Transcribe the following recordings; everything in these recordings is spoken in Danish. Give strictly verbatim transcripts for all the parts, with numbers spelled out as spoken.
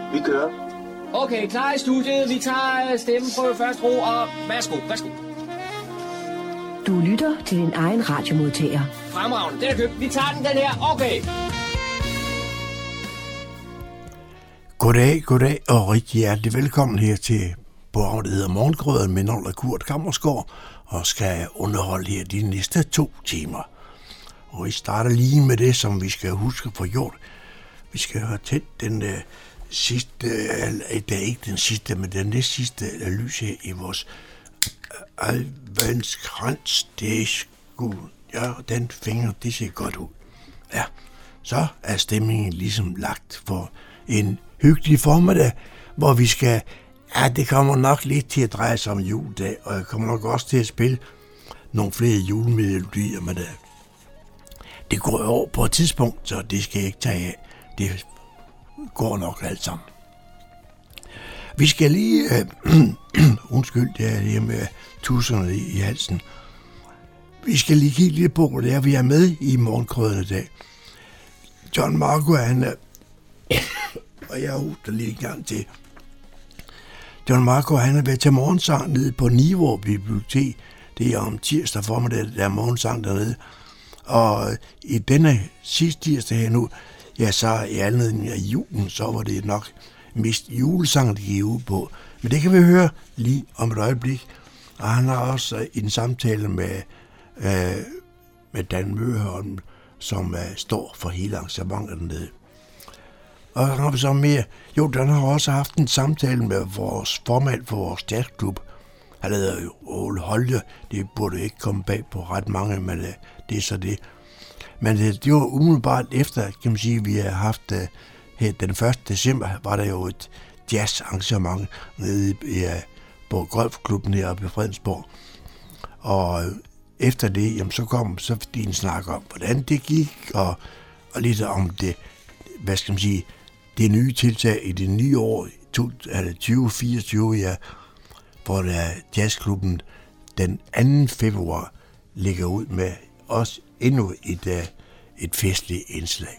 Vi kører. Okay, klar i studiet. Vi tager stemmen på første ro, og værsgo, værsgo. Du lytter til din egen radiomodtager. Fremragende, den er købt. Vi tager den, den her. Okay. Goddag, goddag og rigtig hjertelig velkommen her til programmet, der hedder Morgengrøden med Nold og Kurt Kammersgaard, og skal underholde her de næste to timer. Og vi starter lige med det, som vi skal huske for gjort. Vi skal have tændt den uh, sidste, uh, det er ikke den sidste, men den næste sidste uh, lys her i vores uh, adventskrans. Det er sgu, ja, den finger, det ser godt ud. Ja, så er stemningen ligesom lagt for en hyggelig formiddag, hvor vi skal, ja, det kommer nok lidt til at dreje sig om juledag, og jeg kommer nok også til at spille nogle flere julemelodier, men det, det går over på et tidspunkt, så det skal jeg ikke tage af. Det går nok alt sammen. Vi skal lige, øh, undskyld, det er det med tusserne i, i halsen. Vi skal lige kigge lidt på, hvad det er, vi er med i Morgengrøden i dag. John Marco, han er, og jeg husker lige en gang til. John Marco, han er ved til morgensang nede på Nivå Bibliotek. Det er om tirsdag formiddag, der er morgensang dernede. Og i denne sidste tirsdag her nu, ja, så i anledning af julen, så var det nok mest julesang, de gik ud på. Men det kan vi høre lige om et øjeblik. Og han har også en samtale med, øh, med Dan Møholm, som øh, står for hele arrangementet dernede. Og har vi så mere? Jo, den har også haft en samtale med vores formand for vores jazzklub. Han hedder jo Ole Holger. Det burde ikke komme bag på ret mange, men uh, det er så det. Men uh, det var umiddelbart efter, kan man sige, vi har haft uh, her den første december, var der jo et jazzarrangement nede i, uh, på golfklubben heroppe i Fredensborg. Og uh, efter det, jamen, så kom så fordi en snak om, hvordan det gik, og, og lidt om det, hvad skal man sige, det nye tiltag i det nye år, tyve fireogtyve, ja, hvor der jazzklubben den anden februar ligger ud med også endnu et, et festligt indslag.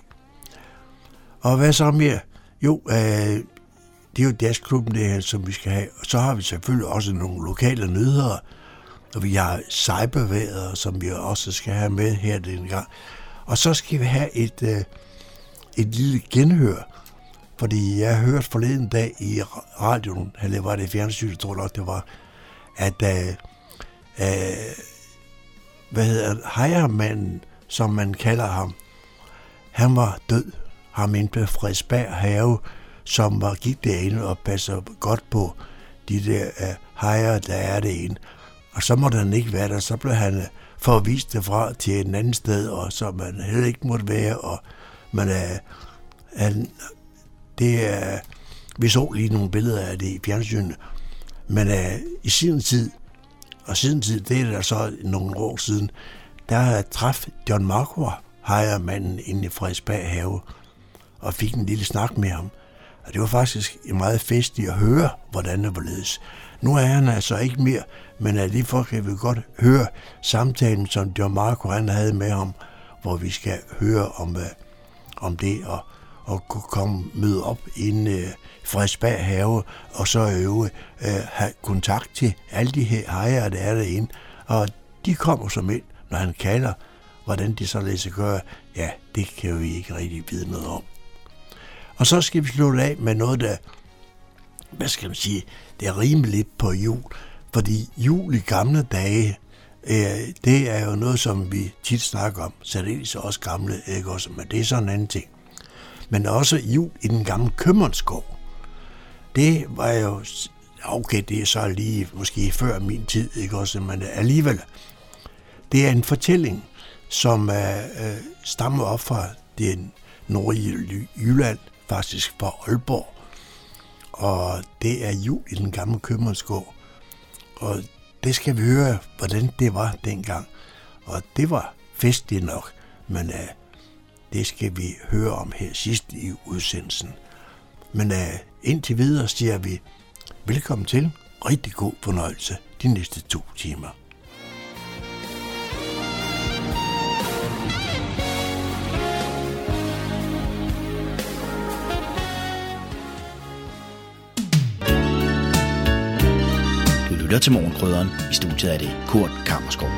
Og hvad så mere? Jo, øh, det er jo jazzklubben, det her, som vi skal have. Og så har vi selvfølgelig også nogle lokale nyheder, og vi har cyberværet, som vi også skal have med her den gang. Og så skal vi have et, øh, et lille genhør, fordi jeg hørte forleden dag i radioen, eller var det i fjernsynet, jeg tror nok det var, at øh, øh, hvad hedder Hejermanden, som man kalder ham, han var død. Ham inde på Frederiksberg Have, som var gik derinde og passer godt på de der øh, hejer, der er derinde. Og så måtte han ikke være der, så blev han øh, forvist derfra til et andet sted, og så man heller ikke måtte være, og man er øh, han, det er, vi så lige nogle billeder af det i fjernsynet, men uh, i sin tid, og siden tid, det er der så nogle år siden, der traf John Marco Hejermanden inde i Frederiksberg Have, og fik en lille snak med ham. Og det var faktisk meget festligt at høre, hvordan det var ledes. Nu er han altså ikke mere, men alligevel kan vi godt høre samtalen, som John Marco han havde med ham, hvor vi skal høre om, uh, om det, og og kunne komme møde op inden øh, Frederiksberg Have, og så øve øh, have kontakt til alle de her hejere, der er derinde. Og de kommer som ind, når han kalder. Hvordan de så lader sig gøre, ja, det kan vi ikke rigtig vide noget om. Og så skal vi slutte af med noget, der, hvad skal man sige, det er rimeligt på jul. Fordi jul i gamle dage, øh, det er jo noget, som vi tit snakker om. Så det er så også gamle, ikke også, men det er sådan en anden ting. Men også jul i den gamle købmandsgård. Det var jo, okay, det er så lige måske før min tid, ikke også, men alligevel. Det er en fortælling, som er, øh, stammer op fra det nordlige Jylland, faktisk fra Aalborg. Og det er jul i den gamle købmandsgård. Og det skal vi høre, hvordan det var dengang. Og det var festligt nok, men øh, det skal vi høre om her sidst i udsendelsen. Men uh, indtil videre siger vi velkommen til. Rigtig god fornøjelse de næste to timer. lytter til Morgenkrydderen. I studiet er det Kurt Kammerskov.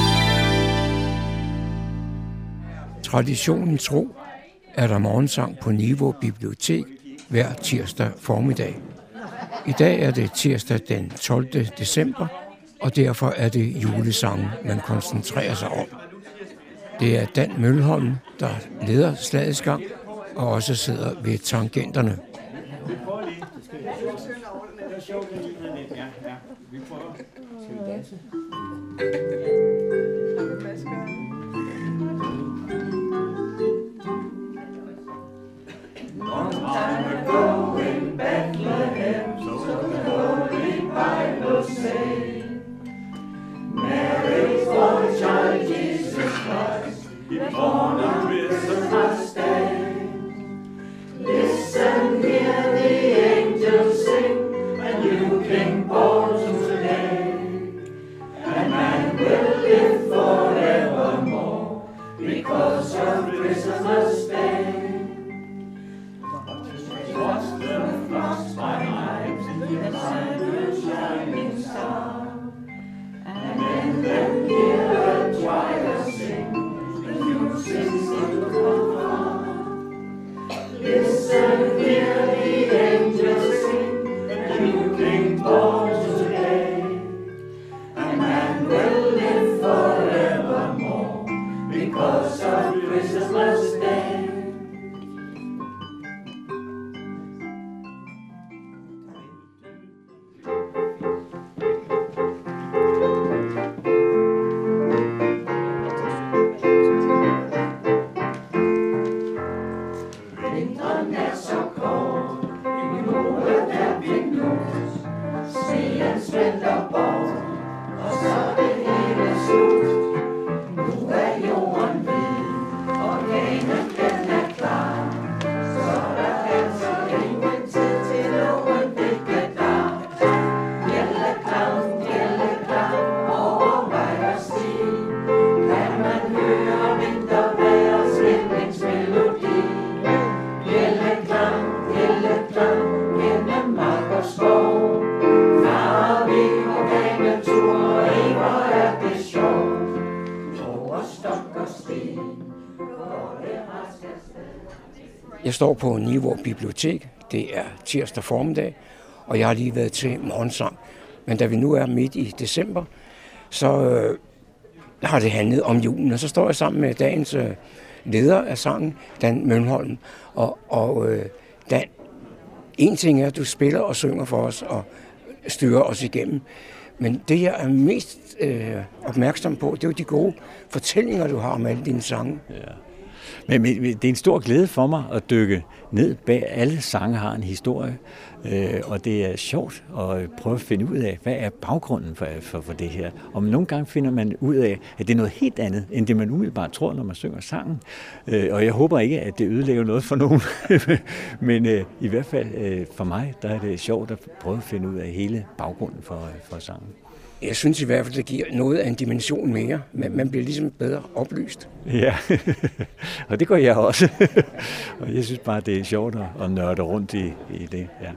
Traditionen tro er der morgensang på Nivå Bibliotek hver tirsdag formiddag. I dag er det tirsdag den tolvte december, og derfor er det julesangen, man koncentrerer sig om. Det er Dan Mølholm, der leder slagets gang og også sidder ved tangenterne. Long time ago in Bethlehem, so the Holy Bible say, Mary's born child Jesus Christ, he born on Christmas Day. Listen, hear the angels sing, a new King born today, and man will live forevermore because of Christmas Day. Lost the lost my lives in the sun of shining star, and then them hear a choir sing the new sings to come. Listen, hear the angels sing, the new King born today, and man will live forevermore because of Christmas Day. Jeg står på Nivå Bibliotek. Det er tirsdag formiddag, og jeg har lige været til morgensang. Men da vi nu er midt i december, så øh, har det handlet om julen. Og så står jeg sammen med dagens øh, leder af sangen, Dan Mølholm. Og, og øh, Dan, en ting er, at du spiller og synger for os og styrer os igennem. Men det, jeg er mest øh, opmærksom på, det er jo de gode fortællinger, du har om alle dine sange. Ja. Men, men det er en stor glæde for mig at dykke ned bag. Alle sange har en historie, øh, og det er sjovt at prøve at finde ud af, hvad er baggrunden for, for, for det her. Og nogle gange finder man ud af, at det er noget helt andet, end det man umiddelbart tror, når man synger sangen. Øh, og jeg håber ikke, at det ødelægger noget for nogen. Men øh, i hvert fald øh, for mig, der er det sjovt at prøve at finde ud af hele baggrunden for, for sangen. Jeg synes i hvert fald, det giver noget af en dimension mere. Man bliver ligesom bedre oplyst. Ja, og det gør jeg også. Og jeg synes bare, det er sjovt at nørde rundt i, i det. Ja.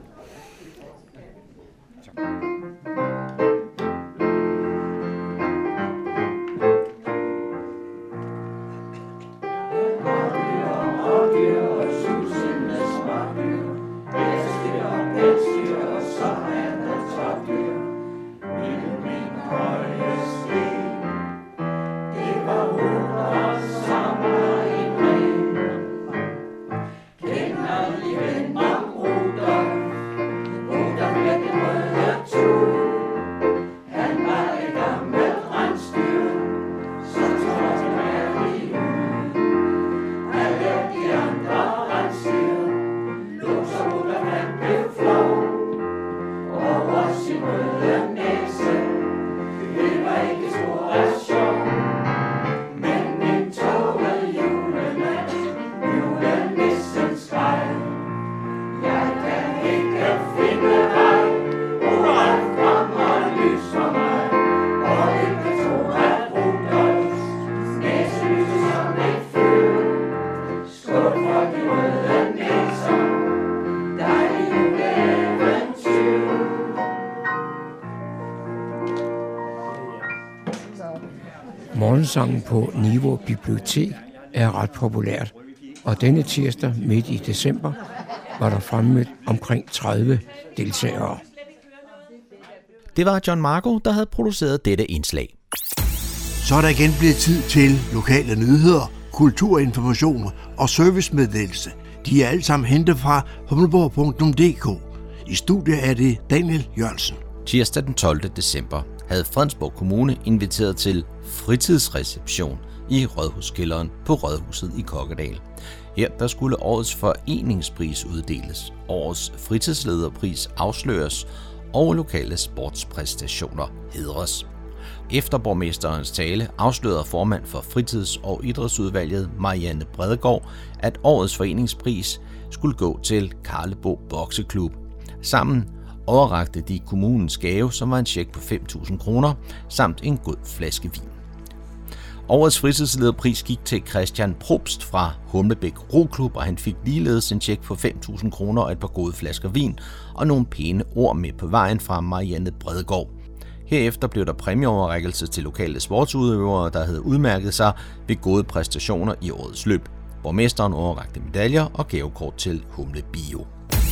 morgensangen på Nivå Bibliotek er ret populært, og denne tirsdag midt i december var der fremmødt omkring tredive deltagere. Det var John Marco, der havde produceret dette indslag. Så er der igen blevet tid til lokale nyheder, kulturinformationer og servicemeddelelse. De er alle sammen hentet fra humleborg punktum d k. I studiet er det Daniel Jørgensen. Tirsdag den tolvte december havde Fredensborg Kommune inviteret til fritidsreception i Rådhuskælderen på Rådhuset i Kokkedal. Her der skulle årets foreningspris uddeles, årets fritidslederpris afsløres og lokale sportspræstationer hedres. Efter borgmesterens tale afslørede formand for fritids- og idrætsudvalget Marianne Bredegaard, at årets foreningspris skulle gå til Karlebo Bokseklub. Sammen overrakte de kommunens gave, som var en check på fem tusind kroner, samt en god flaske vin. Årets fritidslederpris gik til Christian Probst fra Humlebæk Roklub, og han fik ligeledes en check på fem tusind kroner og et par gode flasker vin og nogle pæne ord med på vejen fra Marianne Bredegaard. Herefter blev der præmieoverrækkelse til lokale sportsudøvere, der havde udmærket sig ved gode præstationer i årets løb. Borgmesteren overrakte medaljer og gavekort til Humle Bio.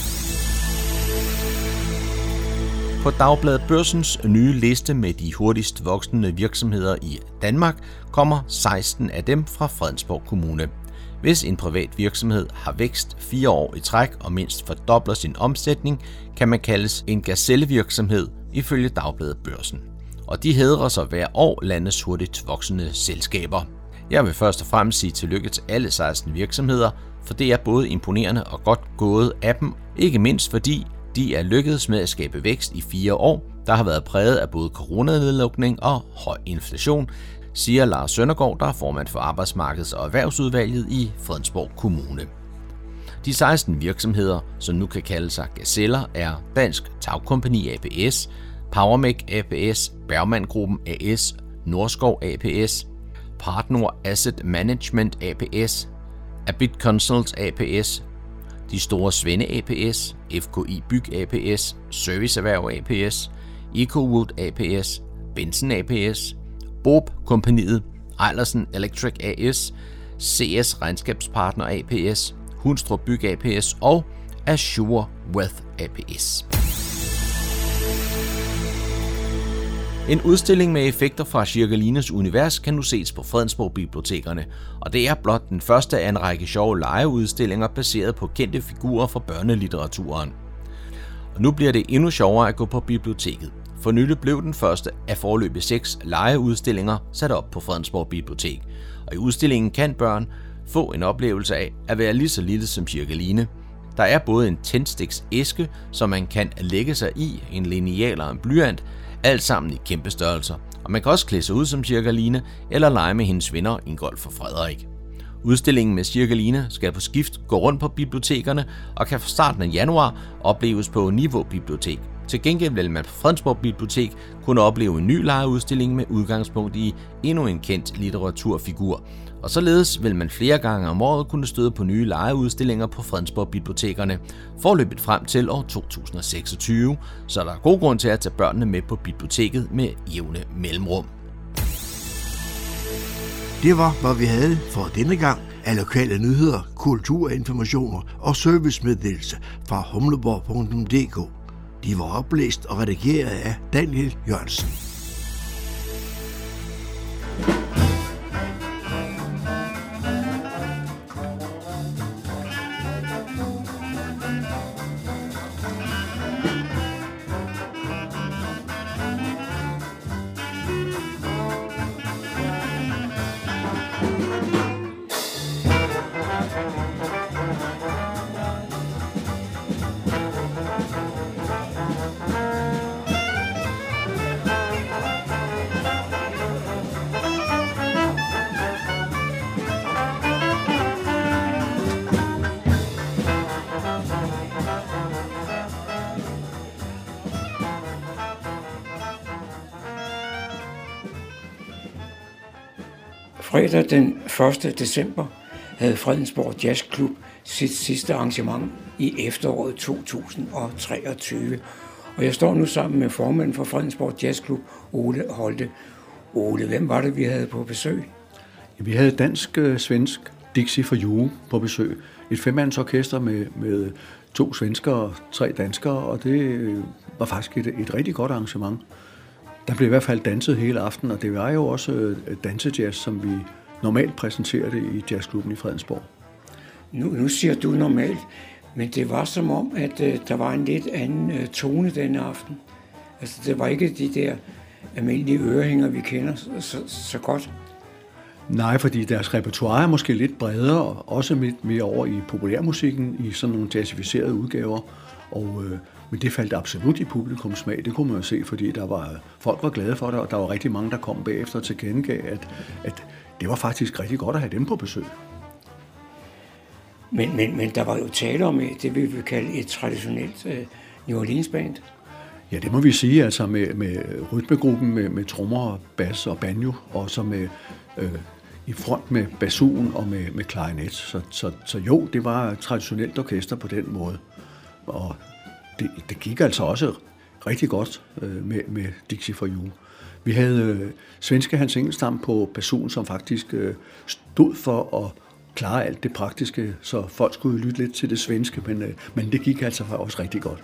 På Dagbladet Børsens nye liste med de hurtigst voksende virksomheder i Danmark kommer seksten af dem fra Fredensborg Kommune. Hvis en privat virksomhed har vækst fire år i træk og mindst fordobler sin omsætning, kan man kaldes en gazellevirksomhed ifølge Dagbladet Børsen. Og de hædrer sig hver år landets hurtigt voksende selskaber. Jeg vil først og fremmest sige tillykke til alle seksten virksomheder, for det er både imponerende og godt gået af dem, ikke mindst fordi de er lykkedes med at skabe vækst i fire år, der har været præget af både coronanedlukning og høj inflation, siger Lars Søndergaard, der er formand for Arbejdsmarkeds- og Erhvervsudvalget i Fredensborg Kommune. De seksten virksomheder, som nu kan kalde sig gazeller, er Dansk Tagkompagni A P S, Powermec A P S, Bergmann Gruppen A S, Norskov A P S, Partnor Asset Management A P S, Abit Consult A P S, De Store Svende A P S, F K I Byg A P S, Serviceerhverv A P S, EcoWood A P S, Benson A P S, Bob Kompagniet, Eilersen Electric A S, C S Regnskabspartner A P S, Hundstrup Byg A P S og Azure Wealth A P S. En udstilling med effekter fra Cirkelines univers kan nu ses på Fredensborg Bibliotekerne, og det er blot den første af en række sjove legeudstillinger baseret på kendte figurer fra børnelitteraturen. Og nu bliver det endnu sjovere at gå på biblioteket. For nylig blev den første af foreløbig seks legeudstillinger sat op på Fredensborg Bibliotek, og i udstillingen kan børn få en oplevelse af at være lige så lille som Cirkeline. Der er både en tændstiksæske, som man kan lægge sig i, en lineal og en blyant, alt sammen i kæmpe størrelser, og man kan også klæde sig ud som Cirkeline eller lege med hendes venner Ingolf og Frederik. Udstillingen med Cirkeline skal på skift gå rundt på bibliotekerne og kan fra starten af januar opleves på Nivå Bibliotek. Til gengæld vil man på Fredensborg Bibliotek kunne opleve en ny legeudstilling med udgangspunkt i endnu en kendt litteraturfigur. Og således vil man flere gange om året kunne støde på nye legeudstillinger på Fredensborg Bibliotekerne, forløbet frem til år to tusind og seksogtyve, så der er god grund til at tage børnene med på biblioteket med jævne mellemrum. Det var, hvad vi havde for denne gang af lokale nyheder, kulturinformationer og servicemeddelelse fra humleborg punktum d k. De var oplæst og redigeret af Daniel Jørgensen. Fredag den første december havde Fredensborg Jazzklub sit sidste arrangement i efteråret to tusind og treogtyve. Og jeg står nu sammen med formanden for Fredensborg Jazzklub, Ole Holte. Ole, hvem var det, vi havde på besøg? Vi havde dansk-svensk Dixie for Jule på besøg. Et femmandsorkester med, med to svenskere og tre danskere, og det var faktisk et, et rigtig godt arrangement. Der blev i hvert fald danset hele aftenen, og det var jo også dansejazz, som vi normalt præsenterer det i jazzklubben i Fredensborg. Nu, nu siger du normalt, men det var som om, at uh, der var en lidt anden uh, tone denne aften. Altså, det var ikke de der almindelige ørehænger, vi kender så, så godt. Nej, fordi deres repertoire er måske lidt bredere, og også lidt mere over i populærmusikken, i sådan nogle jazzificerede udgaver. Og, øh, men det faldt absolut i publikums smag, det kunne man jo se, fordi der var, folk var glade for det, og der var rigtig mange, der kom bagefter til gengav, at, at det var faktisk rigtig godt at have dem på besøg. Men, men, men der var jo tale om det, vi vil kalde et traditionelt øh, New Orleans band. Ja, det må vi sige, altså med, med rytmegruppen, med, med trommer, bas og banjo, og så med øh, i front med basun og med, med klarinet. Så, så, så jo, det var et traditionelt orkester på den måde. Og det, det gik altså også rigtig godt øh, med, med Dixie for Jule. Vi havde øh, svenske Hans Engelstam på basun, som faktisk øh, stod for at klare alt det praktiske, så folk skulle lytte lidt til det svenske, men, øh, men det gik altså også rigtig godt.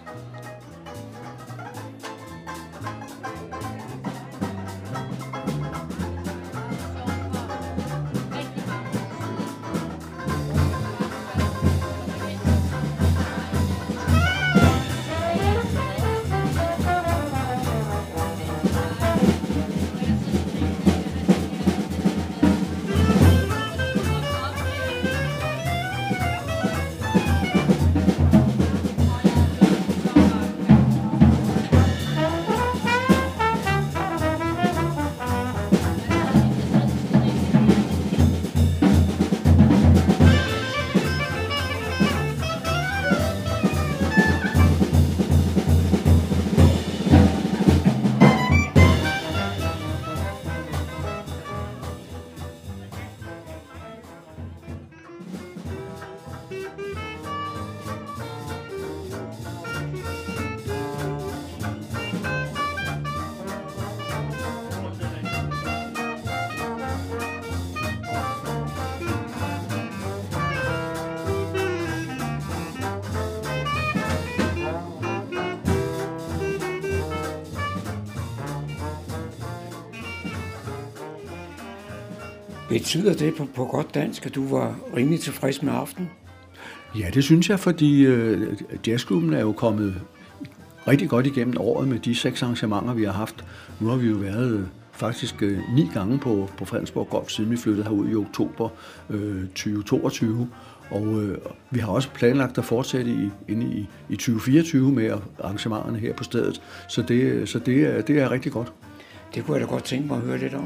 Betyder det på, på godt dansk, at du var rimelig tilfreds med aftenen? Ja, det synes jeg, fordi øh, jazzklubben er jo kommet rigtig godt igennem året med de seks arrangementer, vi har haft. Nu har vi jo været øh, faktisk øh, ni gange på, på Fredensborg Golf, siden vi flyttede herud i oktober øh, tyve toogtyve. Og øh, vi har også planlagt at fortsætte i, inde i, i tyve fireogtyve med arrangementerne her på stedet. Så det, så det, er, det er rigtig godt. Det kunne jeg da godt tænke mig at høre lidt om.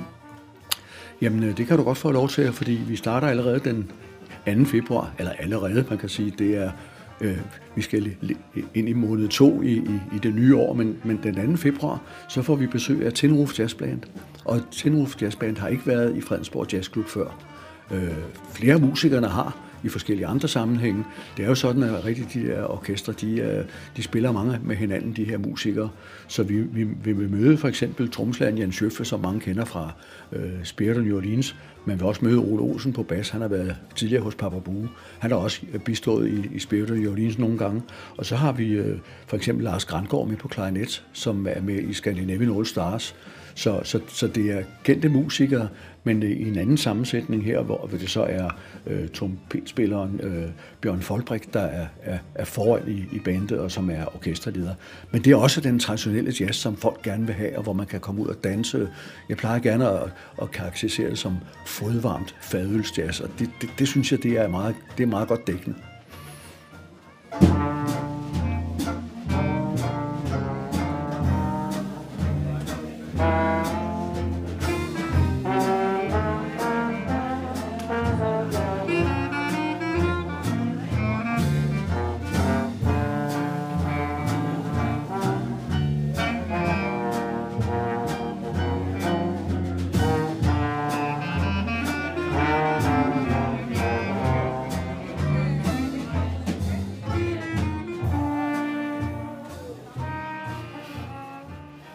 Jamen, det kan du godt få lov til, fordi vi starter allerede den anden februar, eller allerede, man kan sige, det er, øh, vi skal ind i måned to i, i, i det nye år, men, men den anden februar, så får vi besøg af Tin Roof Jazz Band, og Tin Roof Jazz Band har ikke været i Fredensborg Jazzklub før. Øh, flere musikerne har i forskellige andre sammenhænge. Det er jo sådan, at rigtig de der orkestre, de, de spiller mange med hinanden, de her musikere. Så vi, vi, vi vil møde for eksempel trommeslageren Jan Schøffe, som mange kender fra øh, Spirit of New Orleans. Man vil også møde Ole Olsen på bas. Han har været tidligere hos Papa Bue. Han har også bistået i, i Spirit of New Orleans nogle gange. Og så har vi øh, for eksempel Lars Grandgaard med på klarinet, som er med i Scandinavian All Stars. Så, så, så det er kendte musikere, men i en anden sammensætning her, hvor det så er øh, trompetspilleren øh, Bjørn Folbrik, der er, er, er foran i, i bandet, og som er orkesterleder. Men det er også den traditionelle jazz, som folk gerne vil have, og hvor man kan komme ud og danse. Jeg plejer gerne at, at karakterisere det som fodvarmt fadølsjazz, og det, det, det synes jeg, det er meget, det er meget godt dækkende.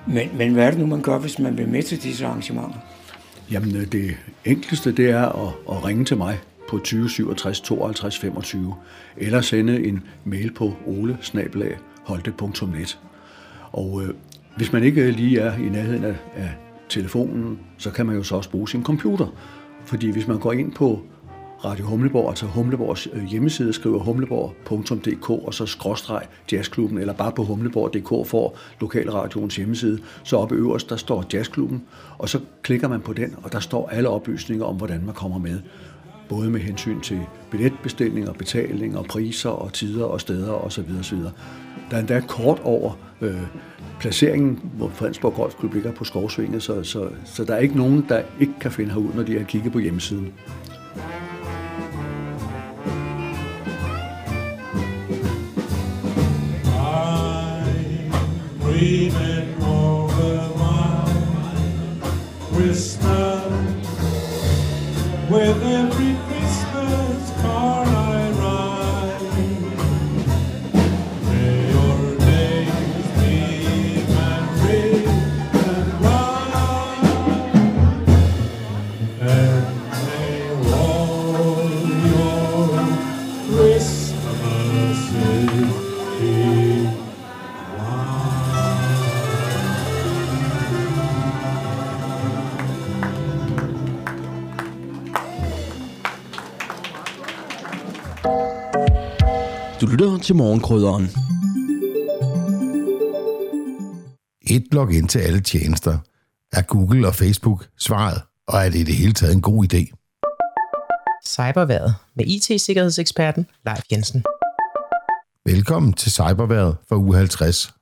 Men, men hvad er det nu, man gør, hvis man vil med til disse arrangementer? Jamen, det enkleste, det er at, at ringe til mig på tyve syvogtres tooghalvtreds femogtyve, eller sende en mail på ole snabel-a holte punktum net. Og øh, hvis man ikke lige er i nærheden af, af telefonen, så kan man jo så også bruge sin computer. Fordi hvis man går ind på Radio Humleborg, altså Humleborgs hjemmeside, skriver humleborg punktum d k og så skråstreg jazzklubben, eller bare på humleborg punktum d k for lokalradioens hjemmeside, så oppe øverst, der står jazzklubben, og så klikker man på den, og der står alle oplysninger om, hvordan man kommer med. Både med hensyn til billetbestillinger, betalinger, priser og tider og steder osv. osv. Der er endda kort over øh, placeringen, hvor Fredensborg Golfklub ligger på Skovsvinget, så, så, så der er ikke nogen, der ikke kan finde herud, når de har kigget på hjemmesiden. Dreaming over my Christmas, with every Christmas card I write. May your days be merry and bright, and may all your Christmases be Du lytter til Morgenkrydderen. Et login til alle tjenester. Er Google og Facebook svaret, og er det i det hele taget en god idé? Cyberværet med I T-sikkerhedseksperten Leif Jensen. Velkommen til Cyberværet for uge halvtreds.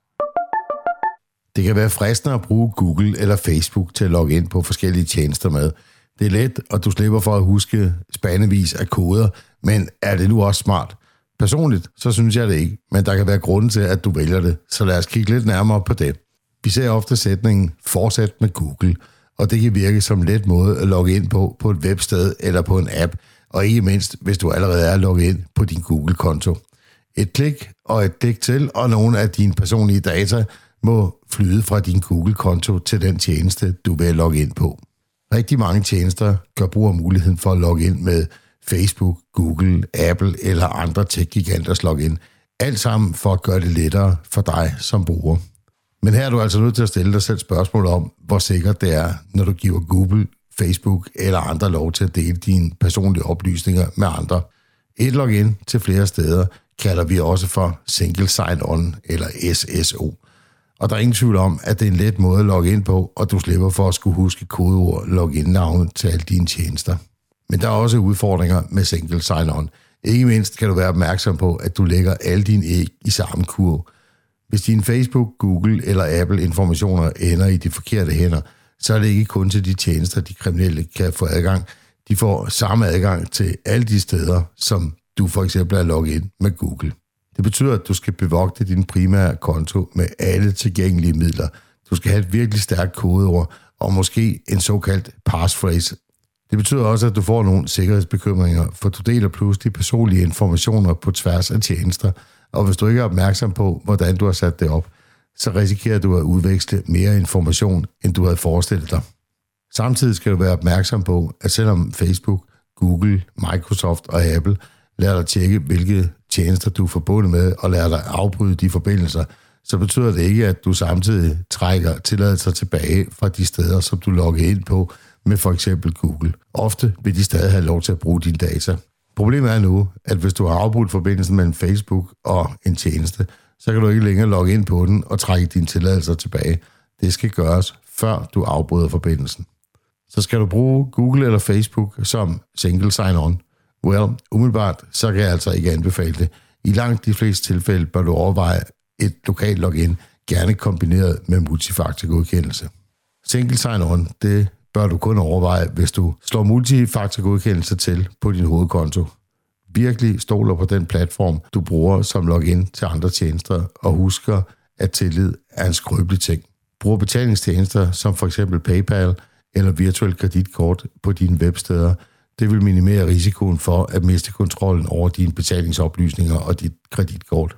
Det kan være fristende at bruge Google eller Facebook til at logge ind på forskellige tjenester med. Det er let, og du slipper for at huske spandevis af koder, men er det nu også smart? Personligt, så synes jeg det ikke, men der kan være grunde til, at du vælger det, så lad os kigge lidt nærmere på det. Vi ser ofte sætningen fortsæt med Google, og det kan virke som en let måde at logge ind på på et websted eller på en app, og ikke mindst, hvis du allerede er logget ind på din Google-konto. Et klik og et klik til, og nogle af dine personlige data må flyde fra din Google-konto til den tjeneste, du vil logge ind på. Rigtig mange tjenester gør brug af muligheden for at logge ind med Facebook, Google, Apple eller andre tech-giganters login. Alt sammen for at gøre det lettere for dig som bruger. Men her er du altså nødt til at stille dig selv spørgsmål om, hvor sikkert det er, når du giver Google, Facebook eller andre lov til at dele dine personlige oplysninger med andre. Et login til flere steder kalder vi også for Single Sign-On eller S S O. Og der er ingen tvivl om, at det er en let måde at logge ind på, og du slipper for at skulle huske kodeord login-navnet til alle dine tjenester. Men der er også udfordringer med Single Sign-On. Ikke mindst kan du være opmærksom på, at du lægger alle dine æg i samme kurv. Hvis dine Facebook, Google eller Apple informationer ender i de forkerte hænder, så er det ikke kun til de tjenester, de kriminelle kan få adgang. De får samme adgang til alle de steder, som du for eksempel er logget ind med Google. Det betyder, at du skal bevogte din primære konto med alle tilgængelige midler. Du skal have et virkelig stærkt kodeord og måske en såkaldt passphrase. Det betyder også, at du får nogle sikkerhedsbekymringer, for du deler pludselig personlige informationer på tværs af tjenester, og hvis du ikke er opmærksom på, hvordan du har sat det op, så risikerer du at udveksle mere information, end du havde forestillet dig. Samtidig skal du være opmærksom på, at selvom Facebook, Google, Microsoft og Apple lærer dig tjekke, hvilke tjenester du er forbundet med, og lærer dig afbryde de forbindelser, så betyder det ikke, at du samtidig trækker tilladelser tilbage fra de steder, som du logger ind på med for eksempel Google. Ofte vil de stadig have lov til at bruge dine data. Problemet er nu, at hvis du har afbrudt forbindelsen mellem Facebook og en tjeneste, så kan du ikke længere logge ind på den og trække dine tilladelser tilbage. Det skal gøres, før du afbryder forbindelsen. Så skal du bruge Google eller Facebook som single sign-on. Well, umiddelbart, så kan jeg altså ikke anbefale det. I langt de fleste tilfælde bør du overveje et lokalt login, gerne kombineret med multifaktorgodkendelse. Single sign-on, det bør du kun overveje, hvis du slår multifaktorgodkendelse til på din hovedkonto. Virkelig stoler på den platform, du bruger som login til andre tjenester, og husker, at tillid er en skrøbelig ting. Brug betalingstjenester som for eksempel PayPal eller virtuel kreditkort på dine websteder. Det vil minimere risikoen for at miste kontrollen over dine betalingsoplysninger og dit kreditkort.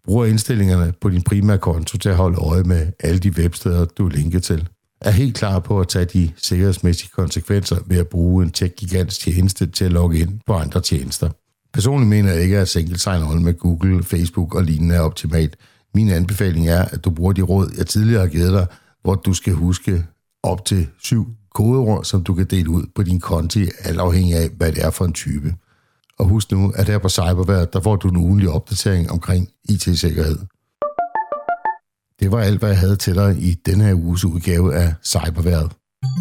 Brug indstillingerne på din primære konto til at holde øje med alle de websteder, du er linket til. Er helt klar på at tage de sikkerhedsmæssige konsekvenser ved at bruge en tech-gigants tjeneste til at logge ind på andre tjenester. Personligt mener jeg ikke, at single sign-on med Google, Facebook og lignende er optimalt. Min anbefaling er, at du bruger de råd, jeg tidligere har givet dig, hvor du skal huske op til syv kodeord, som du kan dele ud på din konti, alt afhængig af, hvad det er for en type. Og husk nu, at her på Cyberværet, der får du en ugentlig opdatering omkring I T-sikkerhed. Det var alt, hvad jeg havde til dig i denne her uges udgave af Cyberværet.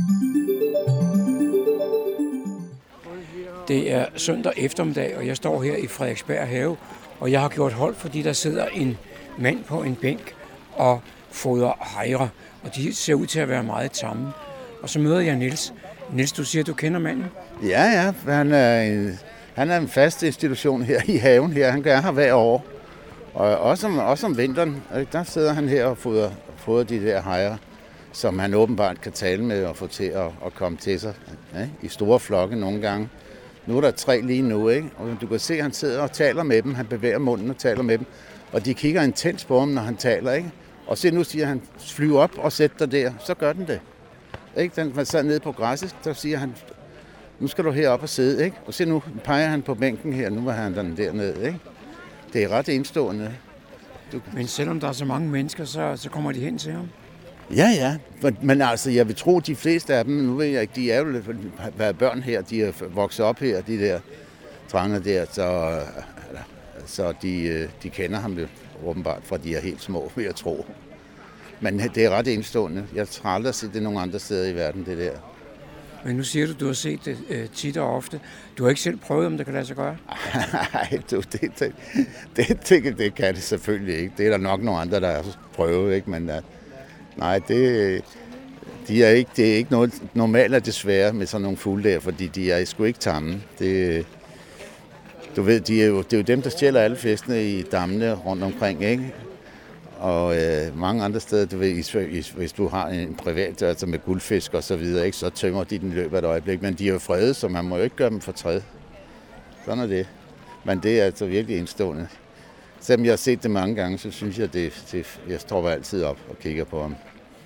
Det er søndag eftermiddag, og jeg står her i Frederiksberg Have, og jeg har gjort hold, fordi der sidder en mand på en bænk og fodrer hejre, og de ser ud til at være meget tamme. Og så møder jeg Niels. Niels, du siger, du kender manden? Ja, ja. Han er en, han er en fast institution her i haven her. Han gør her hver år. Og også om, også om vinteren, der sidder han her og fodrer, fodrer de der hejre, som han åbenbart kan tale med og få til at, at komme til sig, ja, i store flokke nogle gange. Nu er der tre lige nu, ikke? Og du kan se, at han sidder og taler med dem. Han bevæger munden og taler med dem. Og de kigger intens på ham, når han taler, ikke? Og se, nu siger han, flyv op og sæt dig der. Så gør den det. Ikke? Den sad nede på græsset, der siger han, nu skal du herop og sidde, ikke? Og se, nu peger han på bænken her, nu var han den dernede, ikke? Det er ret enestående. Du... Men selvom der er så mange mennesker, så, så kommer de hen til ham? Ja, ja. Men altså, jeg vil tro, de fleste af dem, nu ved jeg ikke, de er jo været børn her, de er vokset op her, de der dranger der, så, så de, de kender ham jo åbenbart, fra de er helt små, vil jeg tro. Men det er ret enestående. Jeg har aldrig set det nogen andre steder i verden, det der. Men nu siger du, du har set det øh, tit og ofte. Du har ikke selv prøvet, om det kan lade sig gøre? Nej, det, det, det, det, det kan det selvfølgelig ikke. Det er der nok nogle andre, der har prøvet, ikke? Men uh, nej, det, de er ikke, det er ikke noget normalt at desværre med sådan nogle fugle der, fordi de er sgu ikke tamme. Det, du ved, de er jo, det er jo dem, der stjæler alle fiskene i dammene rundt omkring, ikke? Og øh, mange andre steder, du ved, hvis du har en privat altså med guldfisk og så videre, ikke, så tømmer de den i løbet af et øjeblik. Men de er jo fredet, så man må jo ikke gøre dem fortræd. Sådan er det. Men det er altså virkelig enestående. Selvom jeg har set det mange gange, så synes jeg, det, det jeg står altid op og kigger på ham.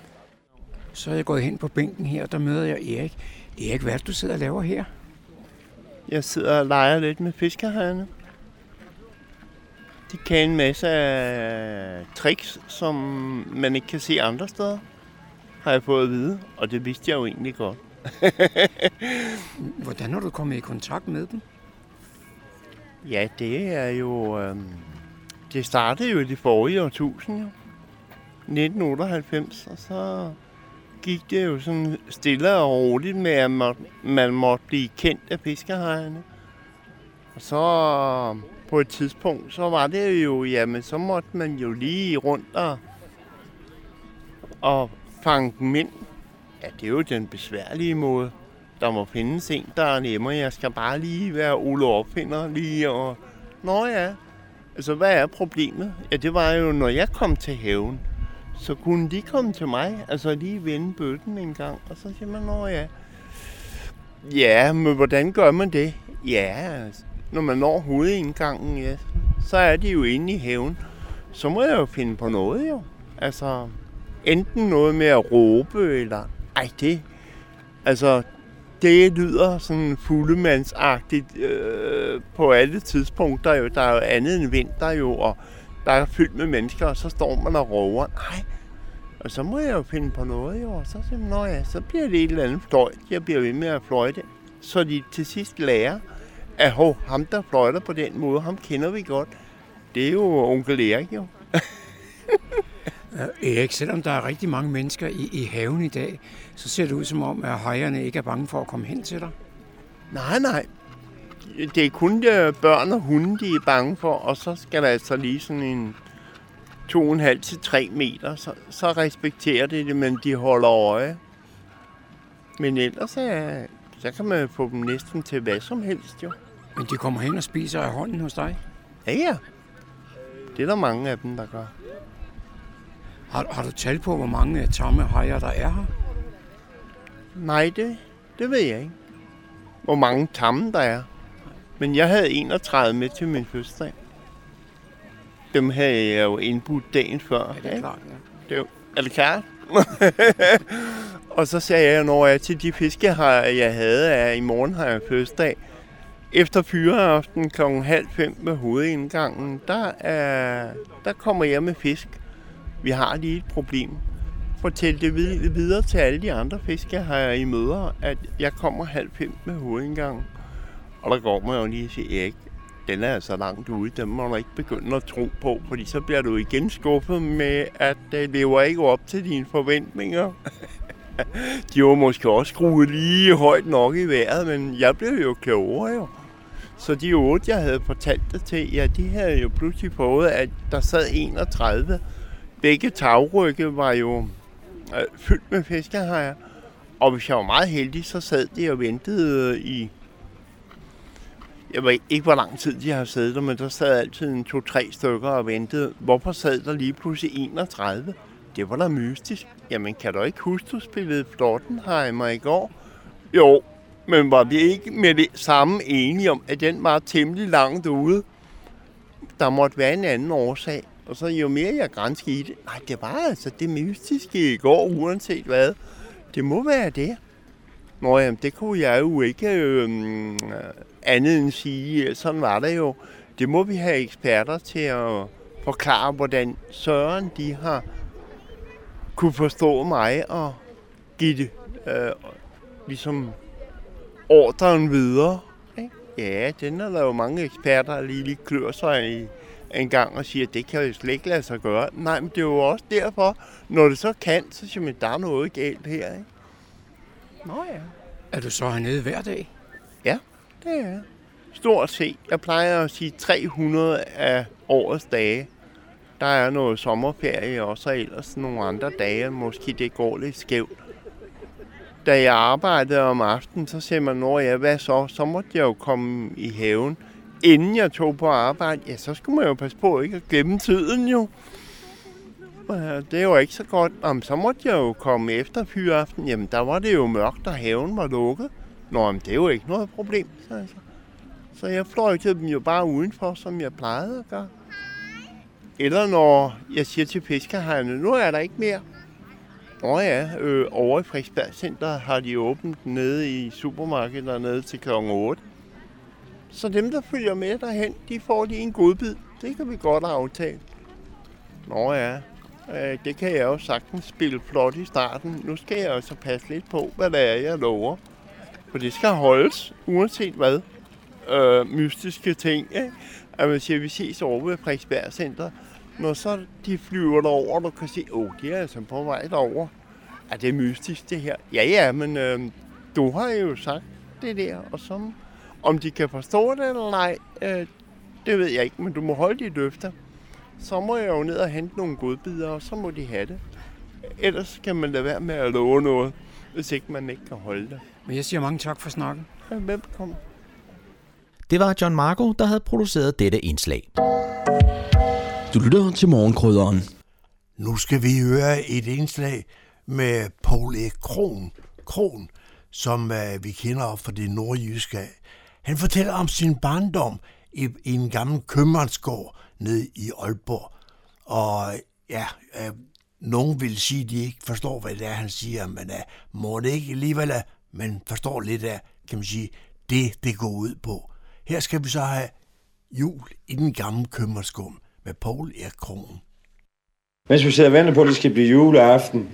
Så er jeg gået hen på bænken her, og der møder jeg Erik. Erik, hvad er det, du sidder og laver her? Jeg sidder og leger lidt med fiskerhejerne. De kan en masse af tricks, som man ikke kan se andre steder, har jeg fået at vide, og det vidste jeg jo egentlig godt. Hvordan har du kommet i kontakt med dem? Ja, det er jo... Øh, det startede jo i det forrige årtusind, jo. nitten otteoghalvfems, og så gik det jo sådan stille og roligt med, at man måtte blive kendt af fiskerhejerne. Og så... På et tidspunkt, så var det jo, jamen, så måtte man jo lige rundt og, og fange dem ind. Ja, det er jo den besværlige måde. Der må findes en, der er nemmere. Jeg skal bare lige være Ole Opfinder lige og... Nå ja, altså hvad er problemet? Ja, det var jo, når jeg kom til haven, så kunne de komme til mig, altså lige vende bøtten en gang, og så siger man, nå ja. Ja, men hvordan gør man det? Ja, altså. Når man når hovedindgangen, ja, så er de jo inde i haven. Så må jeg jo finde på noget, jo. Altså, enten noget med at råbe, eller... Ej, det... Altså, det lyder sådan fuglemandsagtigt øh, på alle tidspunkter, jo. Der er jo andet end vinter, jo, og der er fyldt med mennesker, og så står man og råber. Nej, og så må jeg jo finde på noget, jo. Og så siger man, nå ja, så bliver det et eller andet fløjt. Jeg bliver ved med at fløjte, så de til sidst lærer, at hov, ham der fløjter på den måde, ham kender vi godt. Det er jo onkel Erik, jo. Erik, selvom der er rigtig mange mennesker i, i haven i dag, så ser det ud som om, at hejerne ikke er bange for at komme hen til dig. Nej, nej. Det er kun de børn og hunde, de er bange for, og så skal der altså lige sådan en to og en halv til tre meter, så, så respekterer det det, men de holder øje. Men ellers er, så kan man få dem næsten til hvad som helst, jo. Men de kommer hen og spiser af hånden hos dig? Ja, ja. Det er der mange af dem, der gør. Har, har du tal på, hvor mange tamme hajer der er her? Nej, det, det ved jeg ikke. Hvor mange tamme der er. Men jeg havde enogtredive med til min fødselsdag. dem havde jeg jo indbudt dagen før. Ja, det er klart, ja. Det er, er det klart? Og så sagde jeg, når jeg til de fiskehajer, jeg havde, at i morgen har jeg fødselsdag. Efter fyreaften klokken halv fem med hovedindgangen, der, er, der kommer jeg med fisk. Vi har lige et problem. Fortæl det videre til alle de andre fiskehajer I møder, at jeg kommer halv fem med hovedindgangen. Og der går man jo lige og siger, Erik, den er altså langt ude, den må du ikke begynde at tro på, fordi så bliver du igen skuffet med, at det lever ikke op til dine forventninger. De var måske også skruet lige højt nok i vejret, men jeg blev jo klogere jo. Så de otte, jeg havde fortalt det til, ja, de havde jo pludselig fået, at der sad enogtredive. Begge tagrygge var jo øh, fyldt med fiskehajer. Og hvis jeg var meget heldig, så sad de og ventede i... Jeg ved ikke, hvor lang tid de har siddet der, men der sad altid en to-tre stykker og ventede. Hvorfor sad der lige pludselig enogtredive? Det var da mystisk. Jamen, kan du ikke huske, du spillede Flottenheimer i går? Jo, men var vi ikke med det samme enige om, at den var temmelig langt ude? Der måtte være en anden årsag. Og så jo mere jeg granskede i det, nej, det var altså det mystiske i går, uanset hvad. Det må være det. Nå jamen, det kunne jeg jo ikke øh, andet end sige. Sådan var det jo. Det må vi have eksperter til at forklare, hvordan Søren de har kunne forstå mig og give det øh, ligesom ordren videre. Ikke? Ja, den er der jo mange eksperter, der lige, lige klør sig i en gang og siger, at det kan jo slet ikke lade sig gøre. Nej, men det er jo også derfor, når det så kan, så siger man, at der er noget galt her. Ikke? Nå ja. Er du så hernede hver dag? Ja, det er jeg. Stort set. Jeg plejer at sige tre hundrede af årets dage. Der er noget sommerferie også, og ellers nogle andre dage, måske det går lidt skævt. Da jeg arbejdede om aftenen, så siger man, når jeg hvad så? Så måtte jeg jo komme i haven. Inden jeg tog på arbejde, ja, så skulle man jo passe på ikke at glemme tiden jo. Det er jo ikke så godt. Jamen, så måtte jeg jo komme efter fyreaften. Jamen, der var det jo mørkt, og haven var lukket. Nå, men det er jo ikke noget problem. Så, altså. så jeg fløjtede dem jo bare udenfor, som jeg plejede at gøre. Eller når jeg siger til fiskerhejerne, nu er der ikke mere. Nå ja, øh, over i Frederiksberg Center har de åbent nede i supermarkedet dernede til klokken otte. Så dem, der følger med derhen, de får lige en godbid. Det kan vi godt aftale. Nå ja, øh, det kan jeg jo sagtens spille flot i starten. Nu skal jeg også passe lidt på, hvad det er, jeg lover. For det skal holdes, uanset hvad. Øh, mystiske ting, ikke? At man siger, vi ses over ved Frederiksberg Center. Når så de flyver derover, du kan sige, åh, de er altså på vej derover. Er det mystisk, det her? Ja, ja, men øh, du har jo sagt det der, og så... Om de kan forstå det eller nej, øh, det ved jeg ikke, men du må holde dit løfter. Så må jeg jo ned og hente nogle godbidder, og så må de have det. Ellers kan man lade være med at love noget, hvis ikke man ikke kan holde det. Men jeg siger mange tak for snakken. Ja, velkommen. Det var John Marco, der havde produceret dette indslag. Du lytter til Morgenkrydderen. Nu skal vi høre et indslag med Poul E. Kron, Kron som uh, vi kender op fra det nordjyske. Han fortæller om sin barndom i, i en gammel købmandsgård nede i Aalborg. Og ja, uh, nogen vil sige, at de ikke forstår, hvad det er, han siger, men uh, må det ikke alligevel, uh, men forstår lidt af, kan man sige, det, det går ud på. Her skal vi så have jul i den gamle købmandsgård med Poul Erik Kron. Mens vi sidder og venter på, at det skal blive juleaften,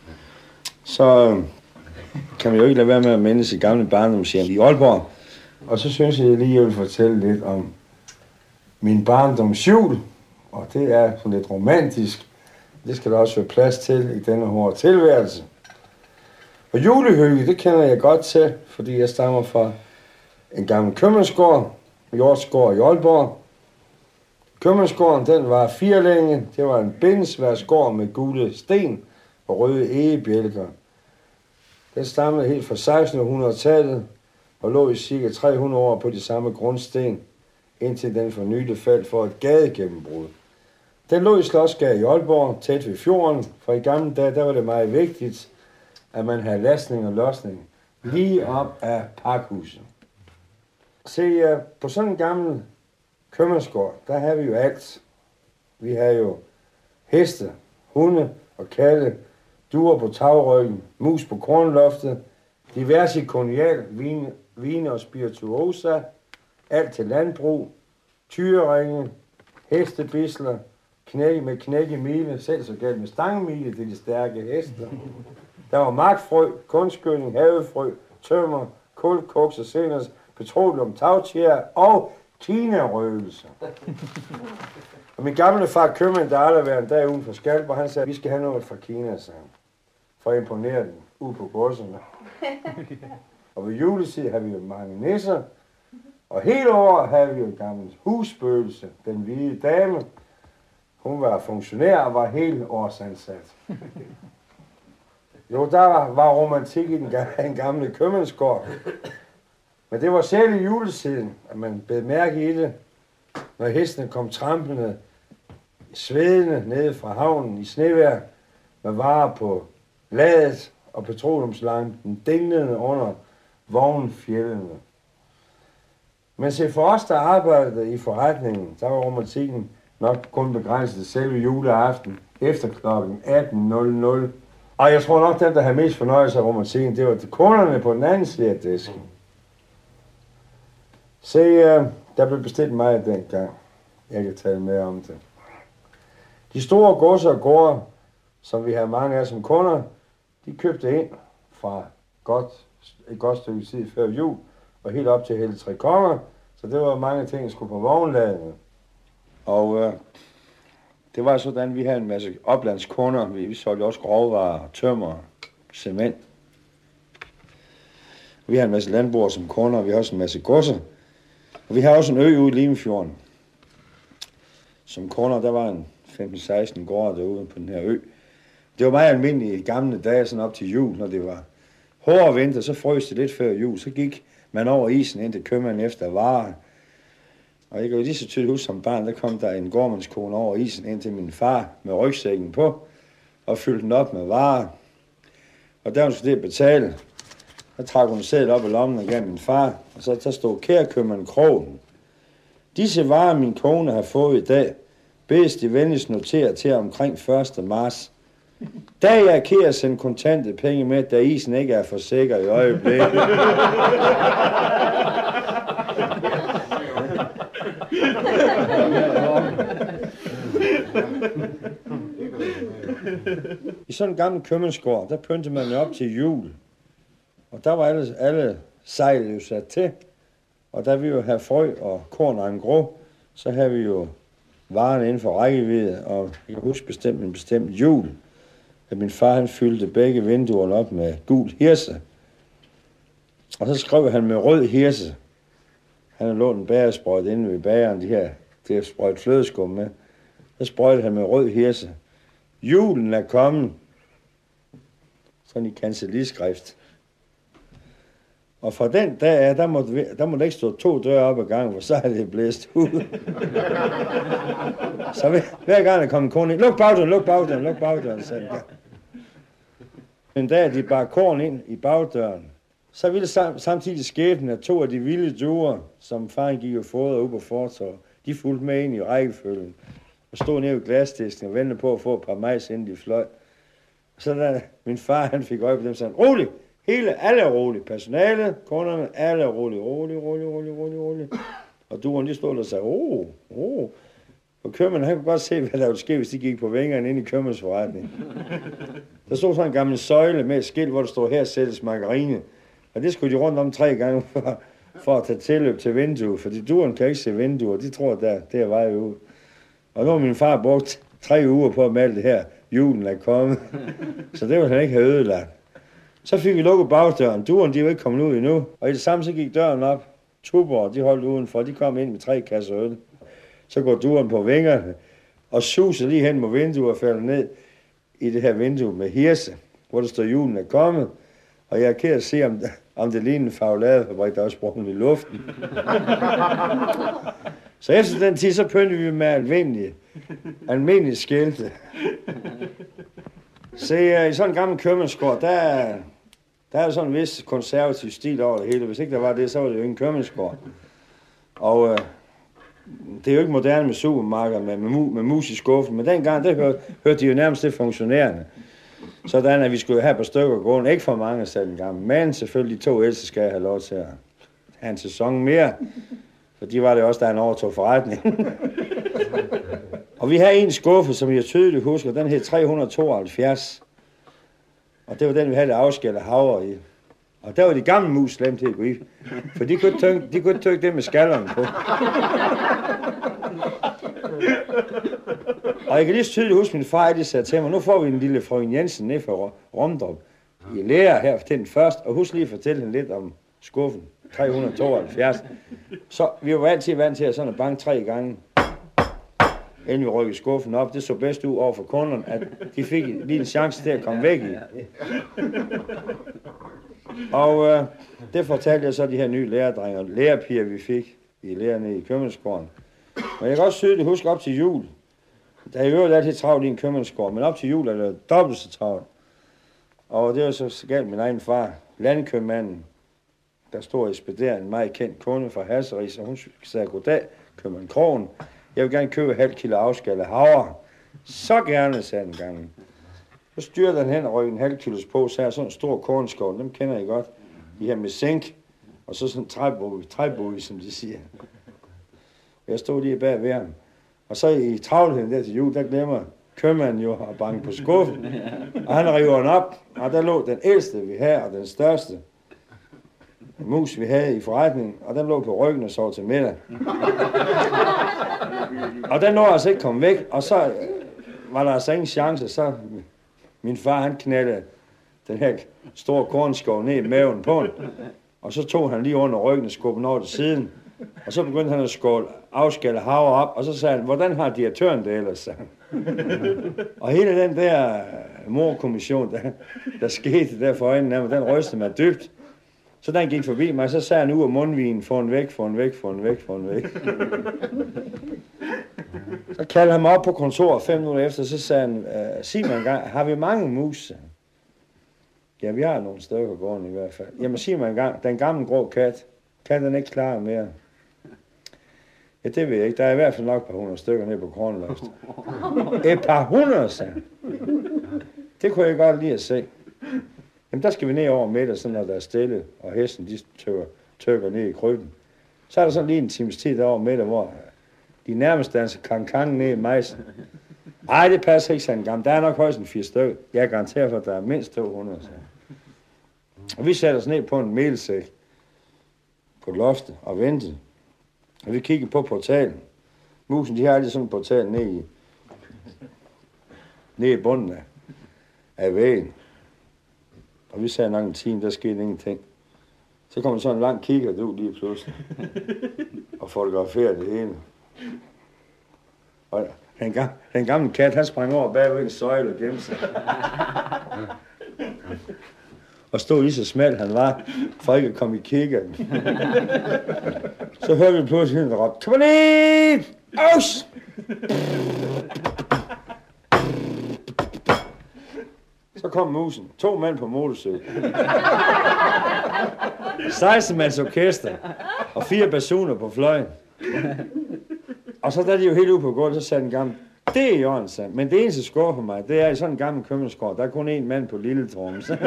så kan man jo ikke lade være med at minde sig gamle barndomshjem i Aalborg. Og så synes jeg lige, at jeg vil fortælle lidt om min barndomsjul, og det er sådan lidt romantisk. Det skal der også være plads til i denne hårde tilværelse. Og julehygge, det kender jeg godt til, fordi jeg stammer fra en gammel købmandsgård, Hjortsgård i Aalborg. Købmandsgården, den var firelænge. Det var en bindesværsgård med gule sten og røde egebjælker. Den stammede helt fra sekstenhundredetallet og lå i cirka tre hundrede år på de samme grundsten, indtil den for nylig faldt for et gadegennembrud. Den lå i Slotsgade i Aalborg, tæt ved fjorden, for i gamle dage der var det meget vigtigt, at man havde lastning og losning lige op af pakhuset. Se, på sådan en gammel købmandsgård, der har vi jo alt. Vi havde jo heste, hunde og katte, duer på tagryggen, mus på kornloftet, diverse kolonial, vine, vine og spirituosa, alt til landbrug, tyreringe, hestebisler, knække med knækkemile, selv så galt med stangemile til de stærke heste. Der var markfrø, kunstgødning, havefrø, tømmer, kul, koks og seners, petroleum, tagtjær og kinarøgelse. Og min gamle far købmand, der aldrig været en dag uden for Skalper, han sagde, vi skal have noget fra Kina, sagde han, for at imponere den ude på godserne. Og ved juletid havde vi jo mange nisser, og hele året havde vi jo en gammel husspøgelse, den hvide dame. Hun var funktionær og var helt årsansat. Jo, der var, var romantik i den gamle, gamle købmandsgård. Men det var selv i juletiden, at man bed mærke i det, når hestene kom trampende, svedende nede fra havnen i snevejr, med varer på ladet og petroleumslampen dinglende under vognfjeldene. Men se, for os, der arbejdede i forretningen, der var romantikken nok kun begrænset til selve juleaften efter klokken atten nul nul. Og jeg tror nok, dem, der havde mest fornøjelse af romantikken, det var de kunderne på den anden side af disken. Se, uh, der blev bestilt meget dengang. Jeg kan tale mere om det. De store godser og gårde, som vi har mange af som kunder, de købte ind fra godt, et godt stykke tid før jul, og helt op til hele tre konger, så det var mange ting, der skulle på vognladene. Og uh, det var sådan, at vi havde en masse oplandskunder. Vi, vi solgte også grovvarer, tømmer, cement. Vi havde en masse landbrugere som kunder, og vi havde også en masse godser. Og vi har også en ø ude i Limfjorden. Som kunder, der var en femten seksten gårde derude på den her ø. Det var meget almindeligt i gamle dage, sådan op til jul, når det var hård vinter, så frøs det lidt før jul. Så gik man over isen ind til købmanden efter varer. Og jeg kan jo lige så tydeligt huske som barn, der kom der en gårdmandskone over isen ind til min far med rygsækken på, og fyldte den op med varer. Og der hun skulle det betale, der trak hun sædet op i lommen og gav min far, og så der stod kærkøbmanden Krogen. Disse varer, min kone har fået i dag, bedes de venligst notere til omkring første marts. Da jeg kan at sende kontante penge med, da isen ikke er for sikker i øjeblikket. I sådan en gammel købmandsgård, der pyntede man op til jul. Og der var alle, alle sejl jo sat til. Og da vi jo havde frø og korn og en grå, så havde vi jo varerne inden for rækkevidde. Og jeg kan huske bestemt en bestemt jul, at min far han fyldte begge vinduerne op med gul hirse. Og så skrev han med rød hirse. Han havde lånt en bagersprøjt inde ved bageren, de her, det er sprøjt flødeskum med. Så sprøjtede han med rød hirse. Julen er kommet. Sådan i kancelliskrift. Og fra den dag af, der måtte, der måtte ikke stå to døre op ad gangen, for så er det blæst ud. Så hver, hver gang der kom en kone ind, luk bagdøren, luk bagdøren, luk bagdøren, sagde han. En dag de bar korn ind i bagdøren, så ville sam, samtidig skæbnen af to af de vilde duer, som faren gik og fodrede ude på fortorvet, de fulgte med ind i rækkefølgen og stod nede ved glasdisken og ventede på at få et par majs, inden de fløj. Så da min far han fik øje på dem, sagde han, rolig! Hele, alle er rolige. Personalet, kunderne, alle er rolige. Rolig, rolig, rolig, rolig, rolig. Og duerne, de stod der og sagde, åh, åh. Og købmanden, han kunne godt se, hvad der ville ske, hvis de gik på vingerne ind i købmandsforretningen. Der stod sådan en gammel søjle med et skilt, hvor der stod, her sælges margarine. Og det skulle de rundt om tre gange for, for at tage tilløb til vinduet. Fordi duerne kan ikke se vinduer, de tror, der det er vej ud. Og nu har min far brugt tre uger på at male det her. Julen er kommet. Så det ville han ikke have ødelagt. Så fik vi lukket bagdøren. Duerne, de var ikke kommet ud endnu. Og i det samme, så gik døren op. Tuborg, de holdt udenfor. De kom ind med tre kasser øl. Så går duren på vingerne og suser lige hen mod vinduet og falder ned i det her vindue med hirse, hvor der står, julen er kommet. Og jeg kan se, om, om det ligner en fagladefabrik, der er sprunget i luften. Så efter den tid, så pyntede vi med almindelige, almindelige skilte. Se, i sådan en gammel købmandsgård, der, der er sådan en vis konservativ stil over det hele. Hvis ikke der var det, så var det jo ingen købmandsgård. Og øh, det er jo ikke moderne med supermarkeder med, med, med mus i skuffen, men dengang, det hørte, hørte de jo nærmest til funktionærende. Sådan, at vi skulle have på stykker gående. Ikke for mange selv en gang, men selvfølgelig de to ældste skal have lov til at have en sæson mere. For de var det også, der en overtog forretning. Og vi havde en skuffe, som jeg tydeligt husker, den hed tre hundrede tooghalvfjerds. Og det var den, vi havde afskæld af havre i. Og der var de gamle mus slemt til at gå i. For de kunne ikke de kunne tynke det med skallerne på. Og jeg kan lige tydeligt huske, min far, de sagde til mig, nu får vi en lille frøken Jensen ned fra Romdrup i lærer her til den først, og husk lige at fortælle hende lidt om skuffen. tre hundrede tooghalvfjerds. Så vi var altid vant til at sådan at banke tre gange, inden vi rykkede skuffen op. Det så bedst ud over for kunderne, at de fik lige en chance til at komme væk i. Og øh, det fortalte jeg så de her nye lærerdrenge og lærerpiger, vi fik i lærerne i købmandsgården. Men jeg kan også tydeligt huske op til jul. Der er jo altid travlt i en købmandsgård, men op til jul er det dobbelt så travlt. Og det var så galt min egen far, landkøbmanden, der stod og ekspederede en meget kendt kunde fra Hasseris, og hun sagde, goddag, købmand Krogen. Jeg vil gerne købe halv kilo afskal af havre. Så gerne, sagde den gangen. Så styrte han hen og rykkede en halv kilos på, så er sådan en stor kornskål, dem kender I godt. De her med zink, og så sådan en træbog, træbog, som de siger. Jeg stod lige bag ved ham. Og så i travlheden der til jul, der glemmer købmanden jo at banke på skuffen. Og han river den op, og der lå den ældste, vi havde, og den største mus, vi havde i forretningen, og den lå på ryggen og sov til middag. Og den lå altså ikke komme væk, og så var der altså ingen chance, så min far, han knaldede den her store kornskov ned i maven på den, og så tog han lige under ryggen og skubbede over til siden, og så begyndte han at skåle afskælle havre op, og så sagde han, hvordan har direktøren det ellers, sagde han. Og hele den der morkommission, der, der skete der for øjnene af mig, den rystede mig dybt. Så den gik forbi mig, så sagde han ud af mundvinen, få en væk, få en væk, få en væk, få en væk. Så kaldte han mig op på kontoret fem minutter efter, så sagde han, sig mig en gang, har vi mange mus? Ja, vi har nogle stykker gående i hvert fald. Jamen sig mig en gang, den gamle grå kat, kan den ikke klare mere? Ja, det ved jeg ikke. Der er i hvert fald nok et par hundrede stykker nede på Kornløst. Et par hundrede, sagde han. Det kunne jeg godt lide at se. Jamen, der skal vi ned over middag, så når der er stille, og hesten, de tøkker, tøkker ned i krybben. Så er der sådan lige en times tid derovre middag, hvor de nærmest danser kankang ned i majsen. Ej, det passer ikke sådan gammel. Der er nok højst en fire stykker. Jeg garanterer for, at der er mindst to hundrede, sagde han. Og vi satte os ned på en melsæk på loftet og ventede. Og vi kiggede på portalen. Musen, de har altid sådan en portal ned i, ned i bunden af, af væggen. Og vi sagde nok en time, der skete ingenting. Så kom sådan en lang kigger ud lige pludselig. Og fotograferede det hele. Og den gamle, den gamle kat, han sprang over bagved en søjle og gemte sig. Og stod lige så smalt han var, for ikke at komme i kiggeren. Så hørte vi pludselig en råb, kom lige! Aus! Så kom musen. To mænd på motorcykel. seksten mands orkester. Og fire basuner på fløjen. Og så da de jo helt ude på gulvet, så sagde den gamle, det er Jørgen, sagde. Men det eneste skår for mig, det er i sådan en gammel købmandsgård. Der er kun én mand på lille trommes. Og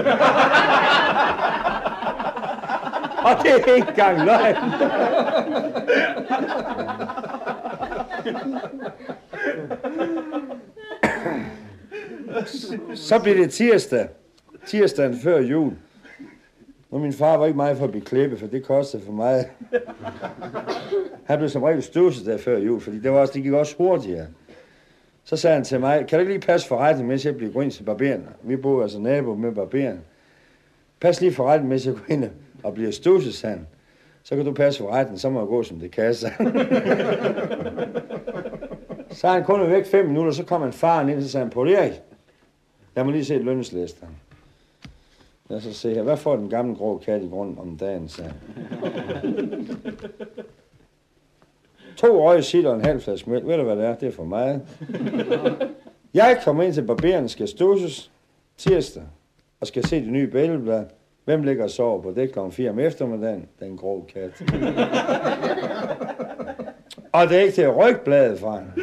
det er ikke engang løgn. Så blev det tirsdag. Tirsdagen før jul. Og min far var ikke meget for at blive klippet, for det kostede for meget. Han blev som regel støvset der før jul, fordi det, var også, det gik også hurtigere. Så sagde han til mig, kan du ikke lige passe forretning, mens jeg bliver gå ind til barberen? Vi bor altså nabo med barberen. Pas lige forretning, mens jeg går ind og bliver støvset, sagde han. Så kan du passe forretning, så må jeg gå som det kan, sagde han. Så han kun væk fem minutter, så kom han faren ind, og så sagde han, Poul Erik, jeg må lige se et lønningslæster. Lad os så se her, hvad får den gamle grå kat i grunden om dagen, sagde han. To røge sild og en halv flaske mælk. Ved du, hvad det er? Det er for meget. Jeg kommer ind til barberen, skal støvses tirsdag, og skal se det nye bælteblad. Hvem ligger og sover på det klokken fire om eftermiddagen? Den grå kat. Og det er ikke til at rykke bladet fra hende.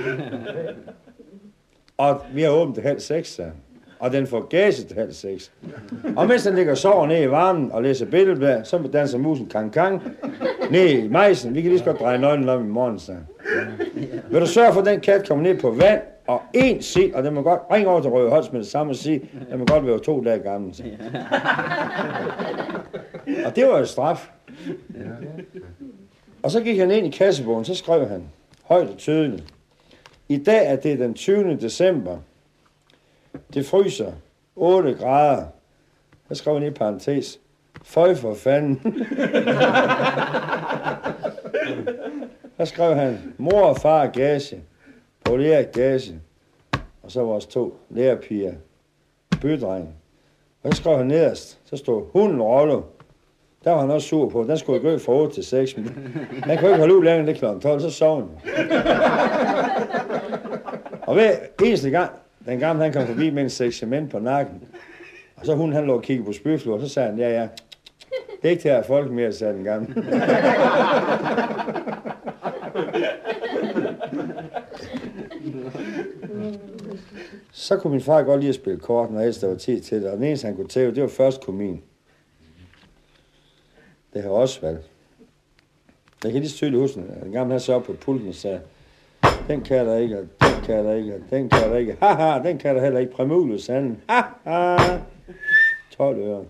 Og vi har åbent til halv seks, sagde han. Og den får gage til halv seks. Og mens den ligger og sover nede i varmen og læser billedblad, så danser musen kang-kang ned i majsen. Vi kan lige så godt dreje nøglen om i morgen, sagde han. Vil du sørge for, at den kat kommer ned på vand, og en sit, og den må godt ringe over til Røde Holst med det samme og sige, den må godt være to dage gammel. Og det var jo straf. Og så gik han ind i kassebogen, så skrev han højt og tydeligt. I dag er det den tyvende december. Det fryser otte grader. Jeg skrev han i parentes. Føj for fanden. Der skrev han, mor og far gage, Poul Erik gage, og så vores to lærerpiger, bødrenge. Og så skrev han nederst, så stod hunden Rollo. Der var han også sur på, den skulle gå fra otte til seks. Men han kunne ikke holde ud længere, det klokken tolv, så sov han. Og hver eneste gang, den gamle han kom forbi med en sæk cement på nakken, og så hunden han lå og kiggede på spøgeflur, og så sagde han, ja ja, det er ikke til at have folk mere, sagde den gamle. Så kunne min far godt lide at spille kort, når ellers der var tid til det, og den eneste han kunne tæve, det var først komin. Det har også valgt. Jeg kan lige så tydeligt huske, at den gamle han så op på pulten og sagde, den kan der ikke, og den kan der ikke, og den kan der ikke. Haha, den kan der heller ikke. Præmulus, han. Haha. tolv øre.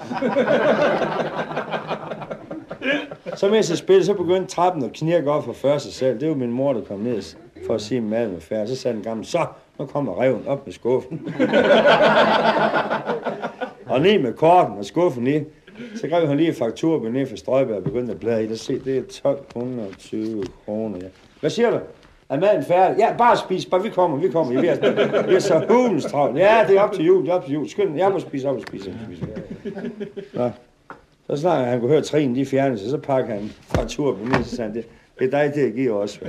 Så mens jeg spillede, så begyndte trappen at knirke op for første selv. Det var min mor, der kom ned for at sige, at maden var færdig. Så sagde den gamle, så, nu kommer reven op med skuffen. Og ned med korten og skuffen i. Så greb han lige fakturer ned for Strøjberg og begyndte at bladre i. Og se, det er tolv hundrede og tyve kroner. Ja. Hvad siger du? Er maden færdig? Ja, bare spis. Bare vi kommer, vi kommer. Vi er, vi er så hulens travlt. Ja, det er op til jul, det er op til jul. Skynd, jeg må spise op og spise. Nå. Så snart han kunne høre trin, de fjernede sig, så pakker han fakturer på ned, så sagde han, det, det er dig, det jeg giver også.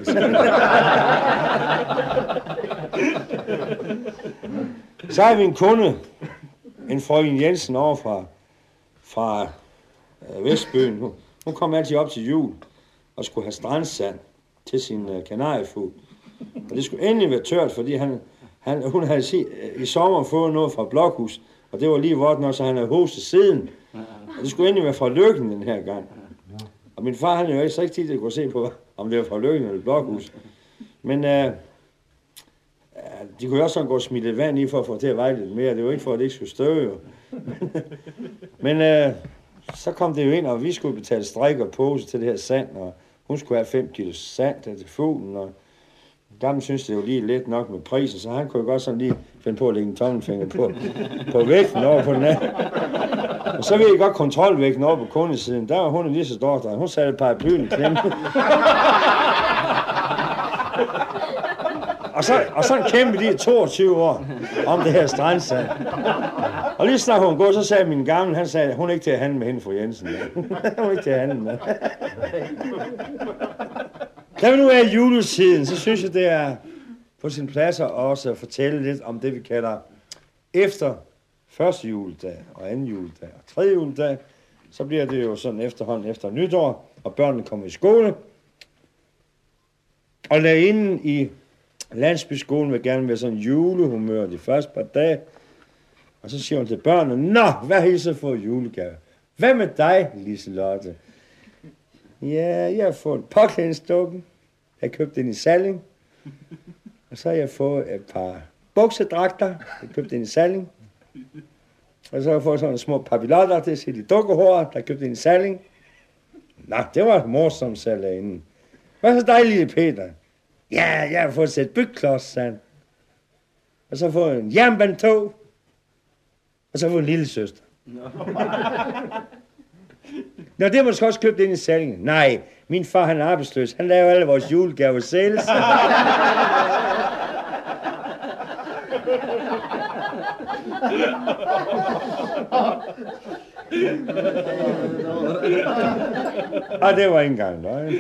Så har vi en kunde, en frøken Jensen over fra, fra øh, Vestbyen. Hun, hun kom altid op til jul og skulle have strandsand til sin øh, kanariefugl. Og det skulle endelig være tørt, fordi han, han, hun havde sig, øh, i sommer fået noget fra Blokhus, og det var lige vådt nok, så han havde hostet siden. Og det skulle endelig være fra Lykken den her gang. Og min far, han er jo ikke så ikke tid, at kunne se på, om det var fra Lykken eller Blokhus. Men øh, de kunne jo også sådan gå og smide lidt vand i, for at få det til at veje lidt mere. Det var ikke for, at det ikke skulle støve, jo. Men øh, så kom det jo ind, og vi skulle betale strik og pose til det her sand, og hun skulle have fem kilo sand til fuglen, og gamle synes det jo lige let nok med prisen, så han kunne jo godt sådan lige finde på at lægge en tommelfinger på, på vægten over på den anden. Og så ved jeg godt kontrolvægten over på kundesiden. Der var hun lige så stor, der hun satte et par paraplyden i klemme. Og, så, og sådan kæmpede de i toogtyve år om det her strandsand. Og lige snart hun går, så sagde min gamle, han sagde, hun er ikke til at handle med hende, fru Jensen. Hun er ikke til at handle med. Da vi nu er i juletiden, så synes jeg, det er på sin plads også at fortælle lidt om det, vi kalder efter første juledag og anden juledag og tredje juledag. Så bliver det jo sådan efterhånden efter nytår, og børnene kommer i skole. Og lærerinden i landsbyskolen vil gerne være sådan julehumør de første par dage. Og så siger hun til børnene, nå, hvad har I så fået julegave? Hvad med dig, Liselotte? Ja, jeg har fået en påklædningsdukke. Jeg købte den i Salling. Og så har jeg fået et par buksedragter. Jeg købte den i Salling. Og så har jeg fået sådan nogle små papillotter, det er de dukkehår, der købte den i Salling. Nå, det var morsomt, sagde lærerinden. Hvad så dig, lille Peter? Ja, jeg har fået et sæt bygklods, sagde han. Og så har jeg fået en jernbanetog. Og så har jeg fået en lille søster. Nå, det må du skal også købe ind i Salling. Nej, min far han er arbejdsløs. Han laver alle vores julegaver selv. Og det var ikke engang løgn.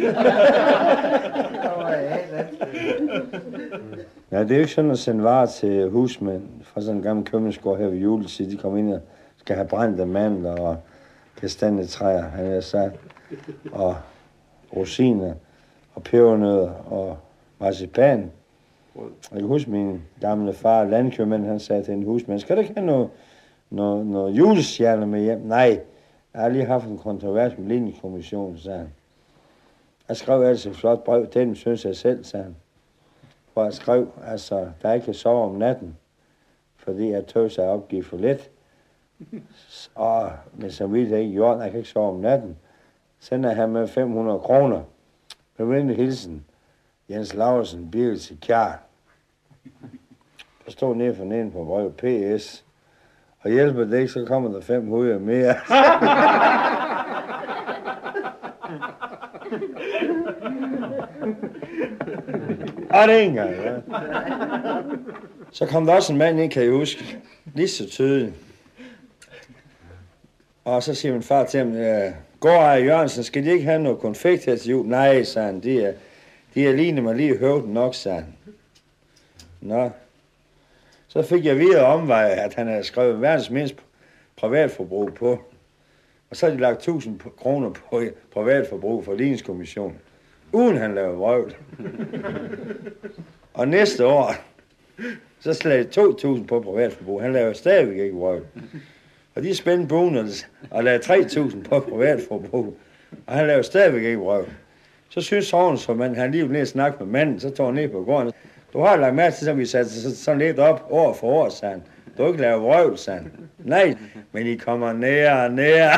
Ja, det er jo ikke sådan at sende varer til husmænd fra sådan en gammel købmandsgård her ved juletid. De kommer ind og skal have brændte mandler og kastanjetræer, han har sagt, og rosiner og pebernødder og marcipan. Jeg kan huske min gamle far, landkøbmand, han sagde til en husmand, skal du ikke have noget, noget, noget julestjerner med hjem? Nej, jeg har lige haft en kontrovers med Ligningskommissionen, sagde han. Jeg skrev altså et flot brev, den synes jeg selv, sagde han. Hvor jeg skrev, altså, der ikke kan sove om natten, fordi jeg tøv sig at opgive for lidt. Og men så vidt jeg ikke gjort, jeg kan ikke sove om natten. Sender han med fem hundrede kroner. Med venlig hilsen, Jens Laursen, Birgit til Kjær. Der står nede for neden på brevet P S. Og hjælper det ikke, så kommer der fem hundrede mere. Og det er ikke engang, ja. Så kom der også en mand ind, kan jeg huske. Lige så tydeligt. Og så siger min far til ham, ja, Gårdejer Jørgensen, skal de ikke have noget konfekt her til jul? Nej, sagde han, de er, de er lignende mig lige høvden nok, sagde han. Nå. Så fik jeg videre omvej, at han havde skrevet verdens mindst privatforbrug på. Og så har de lagt tusind kroner på privatforbrug for Ligningskommissionen. Uden han lavede vrøvl. Og næste år, så slagde to tusind på privatforbrug. Han lavede stadigvæk ikke vrøvl. Og de spændte bonus og lavede tre tusind på privatforbrug. Og han lavede stadigvæk ikke vrøvl. Så synes sovnsformanden, han lige ned og snakke med manden, så tog han ned på gården. Du har lagt mærke til, at vi satte sådan lidt op år for år, sagde han. Du har ikke lavet vrøvl, sagde han. Nej, men I kommer nær og nær.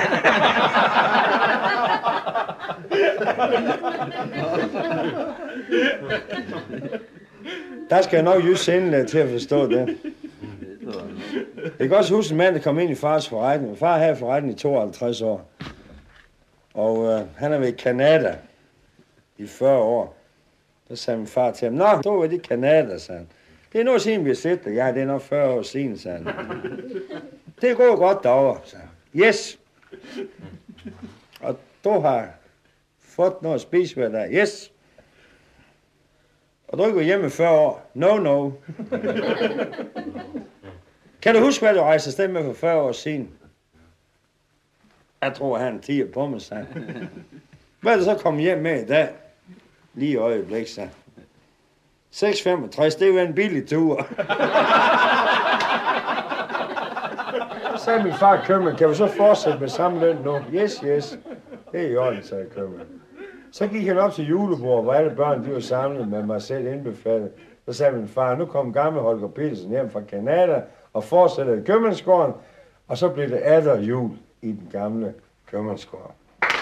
Der skal jeg nok just sende til at forstå det. Jeg kan også huske en mand, der kom ind i fars forretning. Far havde forretning i tooghalvtreds år. Og øh, han har været i Canada i fyrre år. Så sagde min far til ham, nå, du var i Canada, sagde han. Det er noget siden, vi har set dig. Ja, det er nok fyrre år siden, sagde han. Det går godt derovre, sagde han. Yes. Og du har fået noget at spise hver dag. Yes. Og du er ikke hjemme i fyrre år. No, no. Kan du huske, hvad du rejste afsted med for fyrre år siden? Jeg tror, han tiger på mig, sagde han. Hvad er det så kommet hjem med i dag? Lige i øjeblik, sagde han. seks femogtres, det er jo en billig tur. Så sagde min far, købmand, kan vi så fortsætte med samme løn nu? Yes, yes. Det er i orden, sagde købmand. Så gik han op til julebord, hvor alle børn de var samlet med mig selv indbefattet. Så sagde min far, nu kom gamle Holger Petersen hjem fra Canada og fortsætter i købmandsgården. Og så blev det atter jul i den gamle købmandsgård.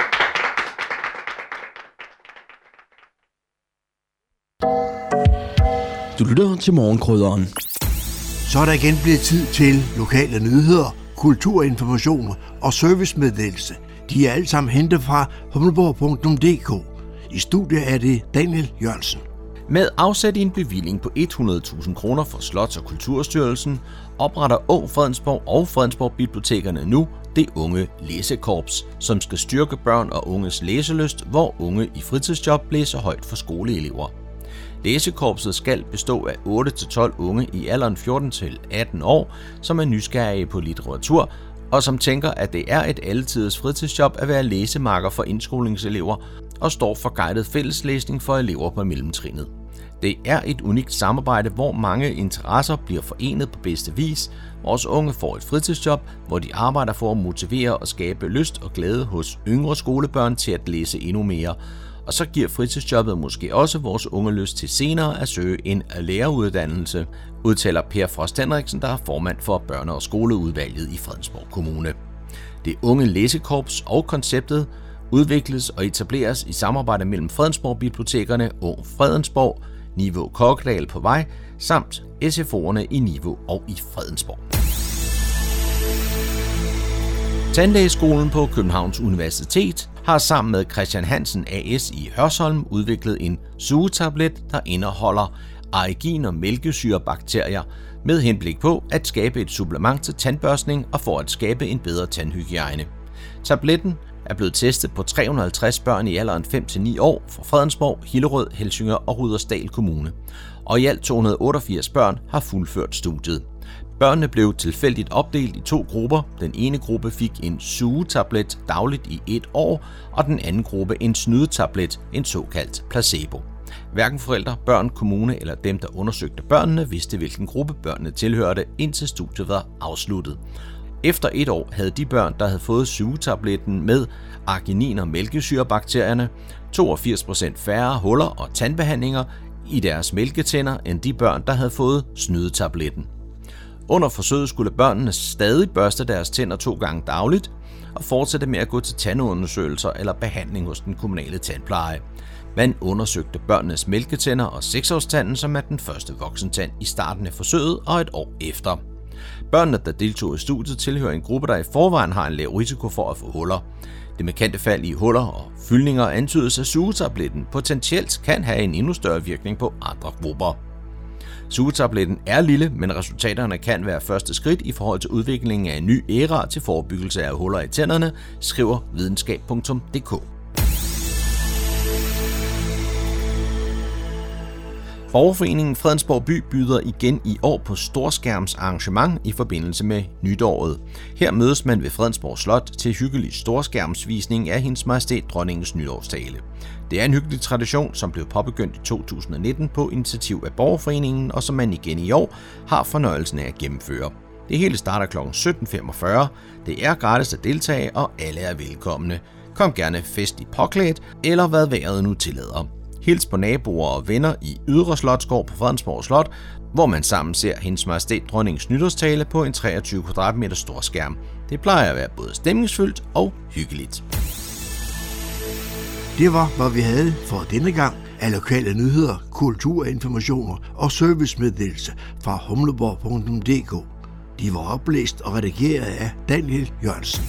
Du lytter til Morgenkrydderen. Så er der igen blevet tid til lokale nyheder, kulturinformation og servicemeddelelse. De er alle sammen hentet fra humleborg punktum d k. I studiet er det Daniel Jørgensen. Med afsat i en bevilling på hundrede tusind kroner fra Slots- og Kulturstyrelsen, opretter Ung Fredensborg og Fredensborg Bibliotekerne nu det unge læsekorps, som skal styrke børn og unges læselyst, hvor unge i fritidsjob læser højt for skoleelever. Læsekorpset skal bestå af otte til tolv unge i alderen fjorten til atten år, som er nysgerrige på litteratur, og som tænker, at det er et alletiders fritidsjob at være læsemarker for indskolingselever og står for guidet fælleslæsning for elever på mellemtrinnet. Det er et unikt samarbejde, hvor mange interesser bliver forenet på bedste vis. Vores unge får et fritidsjob, hvor de arbejder for at motivere og skabe lyst og glæde hos yngre skolebørn til at læse endnu mere. Og så giver fritidsjobbet måske også vores unge lyst til senere at søge en læreruddannelse, udtaler Per Frost Henriksen, der er formand for børne- og skoleudvalget i Fredensborg Kommune. Det unge læsekorps og konceptet udvikles og etableres i samarbejde mellem Fredensborg Bibliotekerne, Ung Fredensborg, Niveau Kokkedal på vej, samt S F O'erne i Niveau og i Fredensborg. Tandlægeskolen på Københavns Universitet har sammen med Christian Hansen A S i Hørsholm udviklet en sugetablet, der indeholder aerugin- og mælkesyrebakterier med henblik på at skabe et supplement til tandbørstning og for at skabe en bedre tandhygiejne. Tabletten er blevet testet på tre hundrede og halvtreds børn i alderen fem til ni år fra Fredensborg, Hillerød, Helsingør og Rudersdal Kommune. Og i alt to hundrede og otteogfirs børn har fuldført studiet. Børnene blev tilfældigt opdelt i to grupper. Den ene gruppe fik en sugetablet dagligt i et år, og den anden gruppe en snydetablet, en såkaldt placebo. Hverken forældre, børn, kommune eller dem, der undersøgte børnene, vidste, hvilken gruppe børnene tilhørte, indtil studiet var afsluttet. Efter et år havde de børn, der havde fået sugetabletten med arginin- og mælkesyrebakterierne, toogfirs procent færre huller og tandbehandlinger i deres mælketænder end de børn, der havde fået snydetabletten. Under forsøget skulle børnene stadig børste deres tænder to gange dagligt og fortsætte med at gå til tandundersøgelser eller behandling hos den kommunale tandpleje. Man undersøgte børnenes mælketænder og seksårstanden, som er den første voksentand i starten af forsøget og et år efter. Børnene, der deltog i studiet, tilhører en gruppe, der i forvejen har en lav risiko for at få huller. Det markante fald i huller og fyldninger antydes, at sugetabletten potentielt kan have en endnu større virkning på andre grupper. Sugetabletten er lille, men resultaterne kan være første skridt i forhold til udviklingen af en ny æra til forebyggelse af huller i tænderne, skriver videnskab punktum d k. Borgerforeningen Fredensborg By byder igen i år på storskærmsarrangement i forbindelse med nytåret. Her mødes man ved Fredensborg Slot til hyggelig storskærmsvisning af Hendes Majestæt Dronningens nytårstale. Det er en hyggelig tradition, som blev påbegyndt i to tusind nitten på initiativ af Borgerforeningen, og som man igen i år har fornøjelsen af at gennemføre. Det hele starter klokken sytten femogfyrre. Det er gratis at deltage, og alle er velkomne. Kom gerne festligt påklædt, eller hvad vejret nu tillader. Hils på naboer og venner i Ydre Slotsgård på Fredensborg Slot, hvor man sammen ser Hendes Majestæt Dronningens nytårstale på en treogtyve kvadratmeter stor skærm. Det plejer at være både stemningsfyldt og hyggeligt. Det var, hvad vi havde for denne gang af lokale nyheder, kulturinformationer og servicemeddelelse fra humleborg punktum d k. De var oplæst og redigeret af Daniel Jørgensen.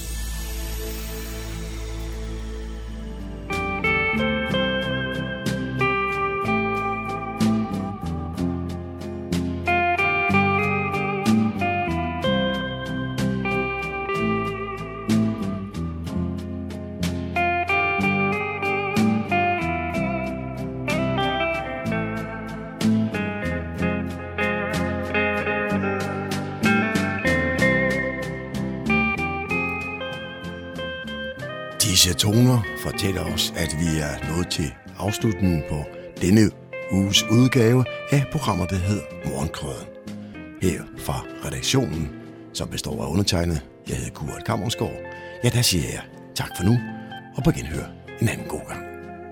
Disse toner fortæller os, at vi er nået til afslutningen på denne uges udgave af programmet, der hedder Morgenkrøden. Her fra redaktionen, som består af undertegnet, jeg hedder Kurt Kammersgaard. Ja, der siger jeg tak for nu, og på genhør en anden god gang.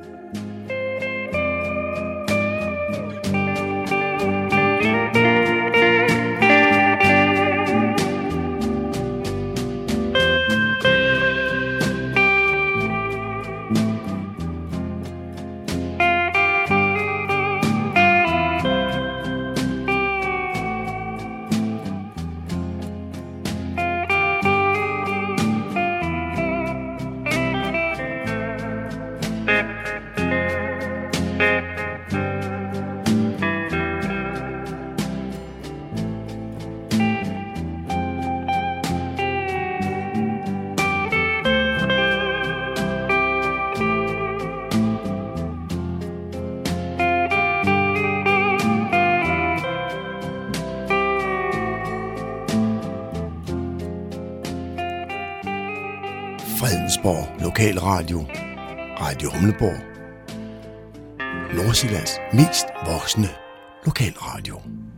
Fredensborg Lokalradio, Radio Humleborg, Nordsjællands mest voksne lokalradio.